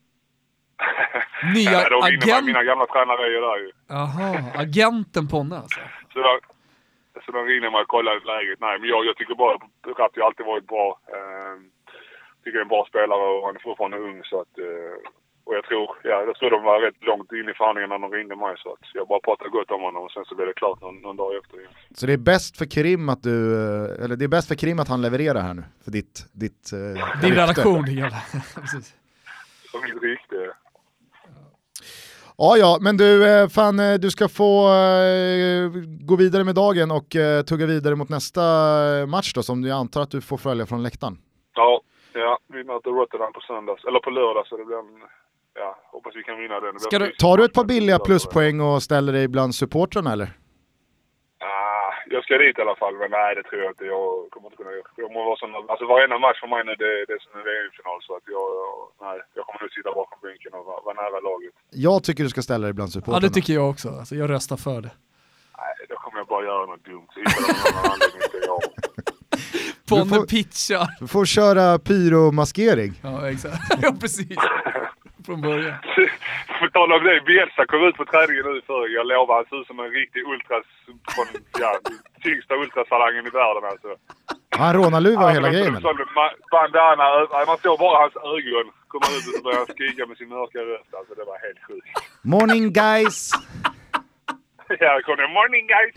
Nya Ja, de vinner agent... mina gamla tränare är ju där ju. Jaha, agenten Ponne alltså. Så de, så de ringde mig och kollade läget. Nej, men jag, jag tycker bara att Rapti alltid varit bra. Eh, tycker är en bra spelare och han är fortfarande ung, så att... Eh, och jag tror, ja, jag tror de var rätt långt in i förhandlingarna när de ringde mig, så att jag bara pratade gott om honom och sen så blev det klart någon, någon dag efter. Så det är bäst för Kerim att du, eller det är bäst för Kerim att han levererar här nu för ditt ditt uh, Din relation, din jävla. Precis. Som inte riktigt. Ja, ja, men du, fan, du ska få uh, gå vidare med dagen och uh, tugga vidare mot nästa match då, som jag antar att du får följa från läktaren. Ja, ja, vi möter Rotterdam på söndags, eller på lördag, så det blir en, ja, hoppas vi kan vinna den. Ska du- Tar du ett par billiga pluspoäng och ställer dig bland supportrarna eller? Ah, jag ska dit i alla fall, men nej, det tror jag inte. Jag kommer inte kunna göra. Jag må vara sån, alltså varenda match för mig nu, det, det är som en V M-final, så att jag, nej, jag kommer nu sitta bakom bänken och vara, vara nära laget. Jag tycker du ska ställa dig bland supportrarna. Ja, det tycker jag också. Alltså, jag röstar för det. Nej, då kommer jag bara göra något dumt. Så hittar de någon annan anledning till jag. Ponne får- pitchar. Du får köra pyromaskering. Ja, exakt. Ja, precis. Från början. För tala om det, Bielsa kom ut på träningen nu för jag lovar, han ser ut som en riktig ultras från, ja, tyngsta ultrasalangen i världen alltså. Han rånarluva och hela Han- grejen eller? sån ma- bandana, ö- man såg bara hans ögon komma ut och så började han skrika med sin mörka röst, alltså det var helt sjukt. Morning guys! Ja, det kom det, morning guys!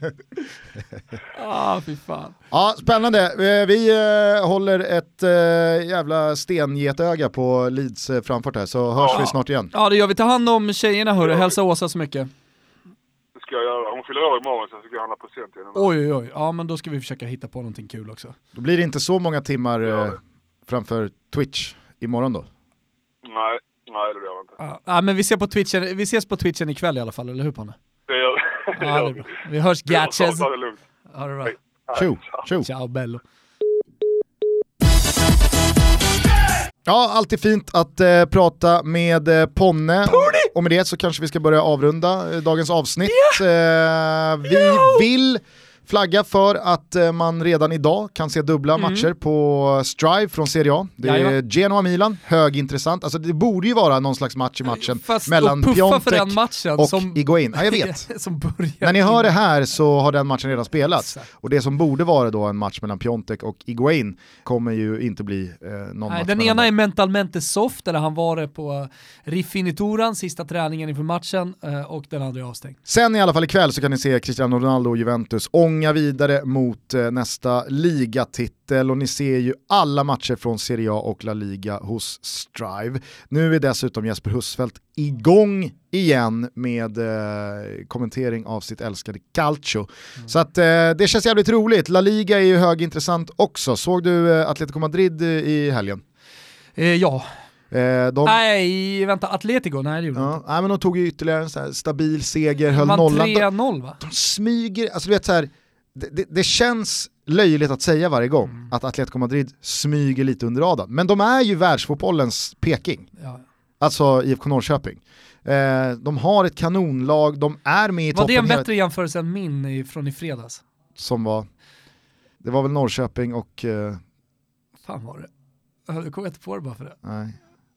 Ah, fy fan. Ja, spännande. Eh, Vi eh, håller ett eh, jävla stengetöga på Leeds eh, framfart här, så hörs vi snart igen. Ja, det gör vi. Ta hand om tjejerna, hörru. Hälsa Åsa så mycket. Det ska jag göra. Hon fyller år imorgon, så ska jag handla present till henne. Oj, oj, oj. Ja, men då ska vi försöka hitta på någonting kul också. Då blir det inte så många timmar eh, framför Twitch imorgon då. Nej, nej det blir jag inte. Ja, ja, men vi, ser på Twitchen, vi ses på Twitchen ikväll i alla fall, eller hur Ponne? Det gör det. Ja, det är bra. Vi hörs, gatches. Ta det lugnt. Ha det bra. Tjo, tjo. Ciao, bello. Ja, alltid fint att eh, prata med eh, Ponne. Och med det så kanske vi ska börja avrunda eh, dagens avsnitt. Eh, vi vill flagga för att eh, man redan idag kan se dubbla Mm. matcher på Strive från Serie A. Det är Jajamän. Genoa-Milan, högintressant. Alltså det borde ju vara någon slags match i matchen Fast mellan att puffa för Piontek den matchen och som, Higuain. Ja, jag vet. som börjar. När ni hör det här så har den matchen redan spelats. Exakt. Och det som borde vara då en match mellan Piontek och Higuain kommer ju inte bli eh, någon Nej, match den mellan ena dem. är mentalmente soft, där han var det på Rifinituran, sista träningen inför matchen, eh, och den andra är avstängd. Sen i alla fall ikväll så kan ni se Cristiano Ronaldo och Juventus ånga vidare mot eh, nästa ligatitel, och ni ser ju alla matcher från Serie A och La Liga hos Strive. Nu är dessutom Jesper Husfeldt igång igen med eh, kommentering av sitt älskade Calcio. Mm. Så att eh, det känns jävligt roligt. La Liga är ju högintressant också. Såg du eh, Atletico Madrid eh, i helgen? Eh, ja. Eh, de, nej, vänta, Atletico, nej det gjorde ja, inte. nej, men de tog ju ytterligare en så här stabil seger, höll Man nollan. tre noll va? De, de smyger, alltså du vet så här, det, det, det känns löjligt att säga varje gång mm. att Atletico Madrid smyger lite under radarn. Men de är ju världsfotbollens Peking. Ja. Alltså I F K Norrköping. Eh, de har ett kanonlag, de är med i var toppen. Var det en bättre jämförelse än min i, från i fredags? Som var, det var väl Norrköping och... Eh, fan var det? Du kom inte på det bara för det. Nej.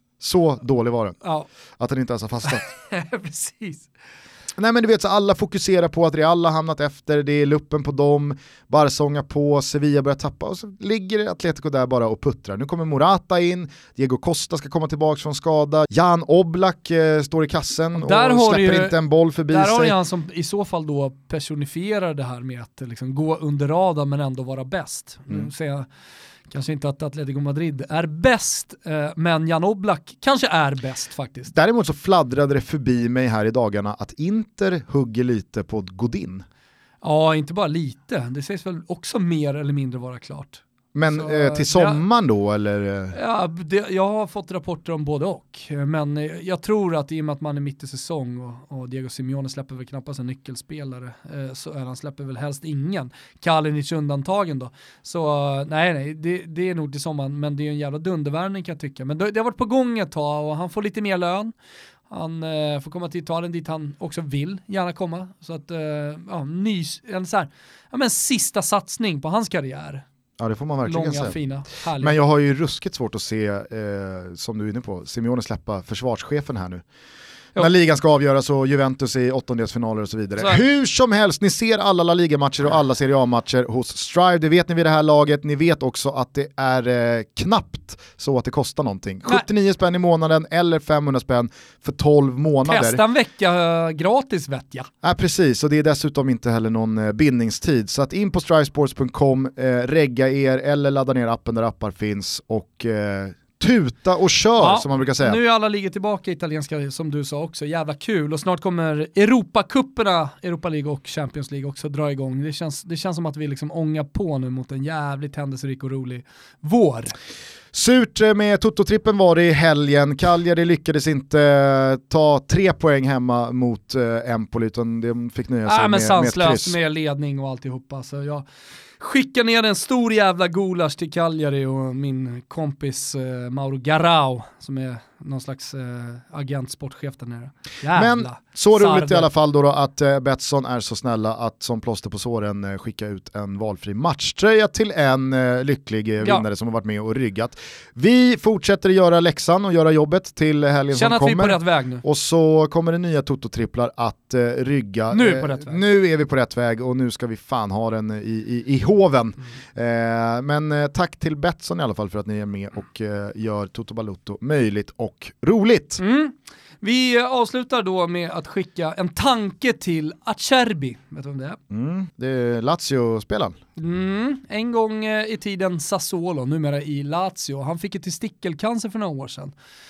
Så dålig var den. Ja. Att den inte ens har fastnat. Precis. Nej men du vet så alla fokuserar på att Real har hamnat efter, det är luppen på dem, Barca på, Sevilla börjar tappa och så ligger Atletico där bara och puttrar. Nu kommer Morata in, Diego Costa ska komma tillbaka från skada, Jan Oblak eh, står i kassen och, och släpper ju, inte en boll förbi där sig. Där har han som i så fall då personifierar det här med att liksom gå under radarn men ändå vara bäst. Mm. Nu säger jag kanske inte att Atletico Madrid är bäst, eh, men Jan Oblak kanske är bäst faktiskt. Däremot så fladdrade det förbi mig här i dagarna att Inter hugger lite på Godin. Ja, inte bara lite. Det sägs väl också mer eller mindre vara klart. Men så, eh, till sommaren det, då eller? Ja, det, jag har fått rapporter om både och. Men jag tror att i och med att man är mitt i säsong och, och Diego Simeone släpper väl knappast en nyckelspelare eh, så är han släpper väl helst ingen. Kalinic undantagen då. Så nej, nej, det, det är nog till sommaren, men det är en jävla dundervärvning kan jag tycka. Men det, det har varit på gång ett tag och han får lite mer lön. Han eh, får komma till Italien dit han också vill gärna komma. Så att, eh, ja, ny, en så här, ja, men sista satsning på hans karriär. Ja, det får man verkligen Långa, säga. fina, härliga. Men jag har ju ruskigt svårt att se, eh, som du är inne på, Simeone släppa försvarschefen här nu. Jo. När ligan ska avgöras och Juventus i åttondelsfinaler och så vidare. Så. Hur som helst, ni ser alla La Liga-matcher och alla Serie A-matcher hos Strive. Det vet ni vid det här laget. Ni vet också att det är eh, knappt så att det kostar någonting. Nej. sjuttionio spänn i månaden eller femhundra spänn för tolv månader. Testa en vecka uh, gratis vet jag. Ja, precis. Och det är dessutom inte heller någon eh, bindningstid. Så att in på strivesports punkt com, eh, regga er eller ladda ner appen där appar finns och... Eh, tuta och kör, ja, som man brukar säga. Nu är alla ligger tillbaka i italienska, som du sa också. Jävla kul. Och snart kommer Europacupperna, Europa League och Champions League också dra igång. Det känns, det känns som att vi liksom ångar på nu mot en jävligt händelserik och rolig vår. Surt med Toto-trippen var det i helgen. Cagliari lyckades inte ta tre poäng hemma mot äh, Empoli, utan de fick nöja sig äh, med, men sanslöst med ett kryss. Med ledning och alltihopa. Så jag skickar ner en stor jävla gulasch till Cagliari och min kompis eh, Mauro Garau som är någon slags eh, agent, sportchef där nere. Jävla men så sarde. Roligt i alla fall då, då att eh, Betsson är så snälla att som plåster på såren eh, skicka ut en valfri matchtröja till en eh, lycklig eh, vinnare ja. som har varit med och ryggat. Vi fortsätter göra läxan och göra jobbet till helgen Känner som kommer. Känner att vi är på rätt väg nu. Och så kommer det nya Toto-tripplar att eh, rygga. Nu är, på rätt väg. nu är vi på rätt väg och nu ska vi fan ha den i, i, i hoven. Mm. Eh, men eh, tack till Betsson i alla fall för att ni är med och eh, gör Toto Balotto möjligt och roligt. Mm. Vi avslutar då med att skicka en tanke till Acerbi. Vet du vem det är? Mm, det är Lazio-spelaren. Mm, en gång i tiden Sassuolo, numera i Lazio. Han fick ett testikelcancer för några år sedan.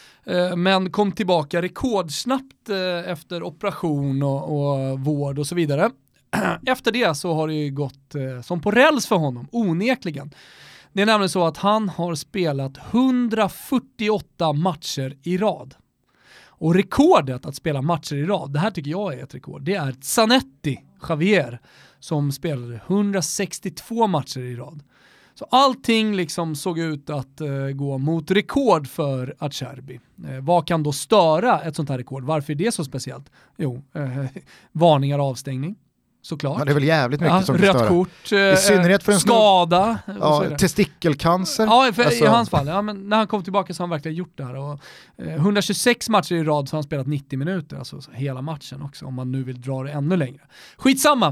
Men kom tillbaka rekordsnabbt efter operation och, och vård och så vidare. Efter det så har det ju gått som på räls för honom, onekligen. Det är nämligen så att han har spelat hundrafyrtioåtta matcher i rad. Och rekordet att spela matcher i rad, det här tycker jag är ett rekord, det är Zanetti Javier som spelade hundrasextiotvå matcher i rad. Så allting liksom såg ut att uh, gå mot rekord för Acerbi. Uh, vad kan då störa ett sånt här rekord? Varför är det så speciellt? Jo, uh, varningar och avstängning. Såklart. Ja, det är väl jävligt mycket ja, som kan rött störa. Kort, I synnerhet för en skada. Ja, testikelcancer. Ja, för, alltså. i hans fall. Ja, men när han kom tillbaka så har han verkligen gjort det här. Och, eh, hundratjugosex matcher i rad så har han spelat nittio minuter. Alltså hela matchen också, om man nu vill dra det ännu längre. Skitsamma.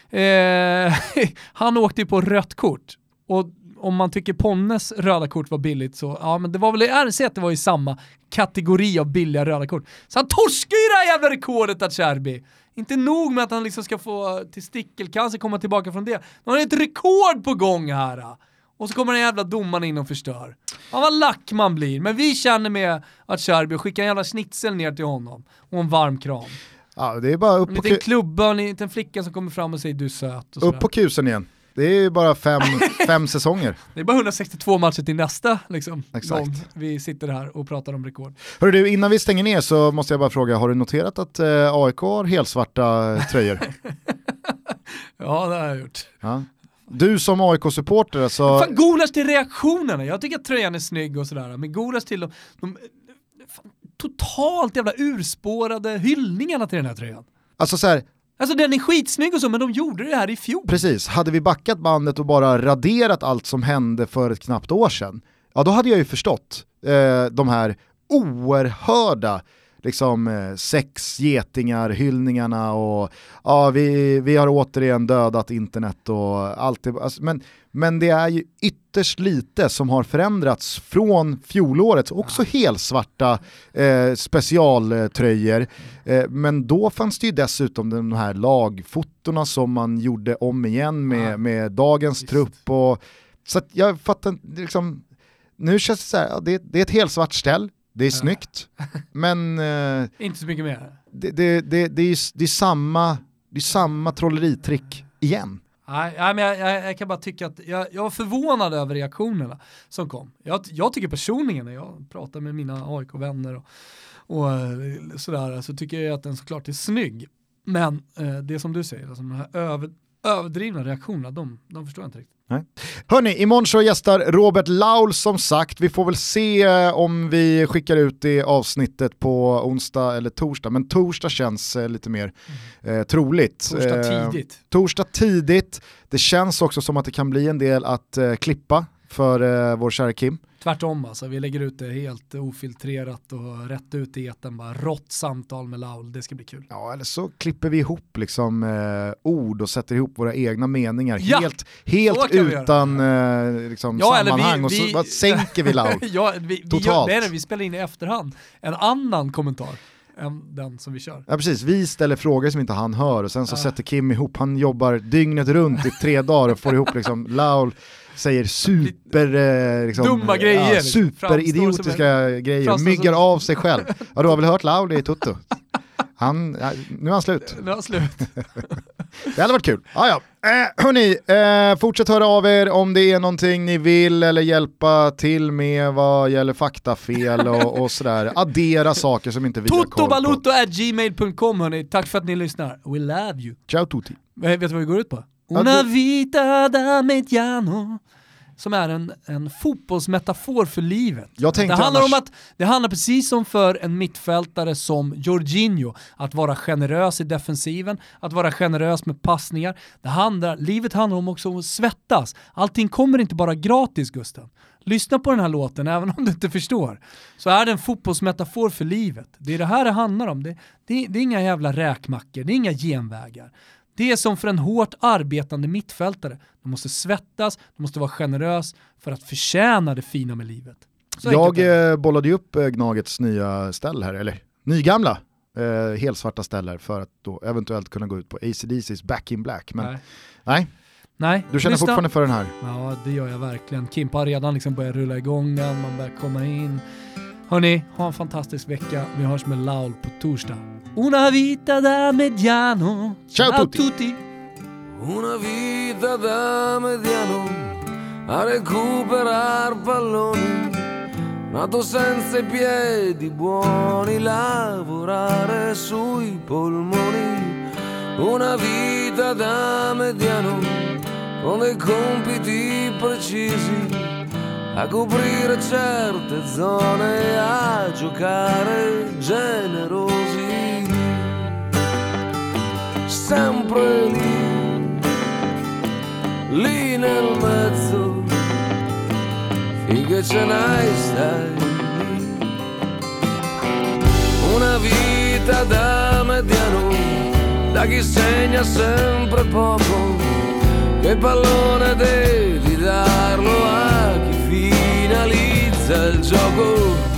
Eh, han åkte ju på rött kort. Och om man tycker Ponnes röda kort var billigt så, ja men det var väl i R C att det var i samma kategori av billiga röda kort. Så han torskar ju det här jävla rekordet Acerbi. Inte nog med att han liksom ska få testikelcancer komma tillbaka från det. Nu har ett rekord på gång här. Och så kommer den jävla domaren in och förstör. Ja, vad lack man blir. Men vi känner med Acerbi och skickar en jävla schnitzel ner till honom. Och en varm kram. Ja, det är bara upp en på liten klubba, en liten flicka som kommer fram och säger du är söt. Och upp på kusen igen. Det är ju bara fem, fem säsonger. Det är bara hundrasextiotvå matcher till nästa liksom, Exakt. gång vi sitter här och pratar om rekord. Hörru du, innan vi stänger ner så måste jag bara fråga, har du noterat att eh, A I K har helsvarta tröjor? Ja, det har jag gjort. Ja. Du som A I K-supporter alltså... Fan, Golas till reaktionerna. Jag tycker att tröjan är snygg och sådär. Men Golas till de, de fan, totalt jävla urspårade hyllningarna till den här tröjan. Alltså så här... Alltså den är skitsnygg och så, men de gjorde det här i fjol. Precis, hade vi backat bandet och bara raderat allt som hände för ett knappt år sedan, ja då hade jag ju förstått eh, de här oerhörda liksom eh, sex getingar, hyllningarna och ja, vi, vi har återigen dödat internet och allt det. Alltså, men, men det är ju ytterst lite som har förändrats från fjolårets också helsvarta eh, specialtröjor. Eh, men då fanns det ju dessutom de här lagfotorna som man gjorde om igen med, ja. med dagens Just. trupp. Och, så att jag fattar liksom, nu känns det så här, ja, det, det är ett helsvart ställ. Det är snyggt, men... Eh, inte så mycket mer. Det, det, det, det, är, det, är samma, det är samma trolleritrick igen. Nej, nej men jag, jag, jag kan bara tycka att jag, jag var förvånad över reaktionerna som kom. Jag, jag tycker personligen när jag pratar med mina A I K-vänner och, och sådär, så tycker jag att den såklart är snygg. Men eh, det som du säger, alltså de här över, överdrivna reaktionerna, de, de förstår jag inte riktigt. Nej. Hörrni, imorgon så gästar Robert Laul som sagt. Vi får väl se om vi skickar ut det avsnittet på onsdag eller torsdag. Men torsdag känns eh, lite mer eh, troligt. Torsdag tidigt. Eh, torsdag tidigt. Det känns också som att det kan bli en del att eh, klippa för eh, vår kära Kim. Tvärtom alltså, vi lägger ut det helt ofiltrerat och rätt ut i etern, bara rått samtal med Laul, det ska bli kul. Ja, eller så klipper vi ihop liksom eh, ord och sätter ihop våra egna meningar ja, helt, helt utan eh, liksom, ja, sammanhang vi, och så vi, bara sänker vi Laul. ja, vi, vi, Totalt. Gör, nej, vi spelar in i efterhand en annan kommentar än den som vi kör. Ja precis, vi ställer frågor som inte han hör och sen så uh. sätter Kim ihop, han jobbar dygnet runt i tre dagar och får ihop liksom Laul säger super eh, liksom, dumma grejer, ja, superidiotiska en, grejer, myggar som... av sig själv. Ja, du har väl hört Laul i Tutto? Han, ja, nu är han slut. Nu är han slut. Det hade varit kul. Ah, ja. eh, hörni, eh, fortsätt höra av er om det är någonting ni vill eller hjälpa till med vad gäller faktafel och, och sådär. Addera saker som inte vi har koll på. Totobalutto at gmail dot com hörni. Tack för att ni lyssnar. We love you. Ciao tutti. Vet du vad vi går ut på? Una vita da mediano. Som är en, en fotbollsmetafor för livet. Jag det handlar annars... om att det handlar precis som för en mittfältare som Jorginho, att vara generös i defensiven, att vara generös med passningar. Det handlar, livet handlar om också om att svettas. Allting kommer inte bara gratis, Gustav. Lyssna på den här låten, även om du inte förstår. Så är det en fotbollsmetafor för livet. Det är det här det handlar om. Det, det, det är inga jävla räkmackor, det är inga genvägar. Det är som för en hårt arbetande mittfältare. De måste svettas, de måste vara generös för att förtjäna det fina med livet. Så jag eh, bollade ju upp eh, Gnagets nya ställ här, eller nygamla eh, helsvarta ställer för att då eventuellt kunna gå ut på A C D C's Back in Black. Men nej. nej. Nej. Du känner Lyssna. fortfarande för den här? Ja, det gör jag verkligen. Kimpa har redan liksom börjat rulla igång den, man börjar komma in. Hörrni, ha en fantastisk vecka. Vi hörs med Laul på torsdag. Una vita da mediano. Ciao, Ciao tutti. tutti. Una vita da mediano a recuperar palloni, nato senza i piedi buoni, lavorare sui polmoni. Una vita da mediano con dei compiti precisi, a coprire certe zone, a giocare generosi, sempre lì, lì nel mezzo, finché ce n'hai stai lì. Una vita da mediano, da chi segna sempre poco, che il pallone devi darlo a chi finalizza il gioco.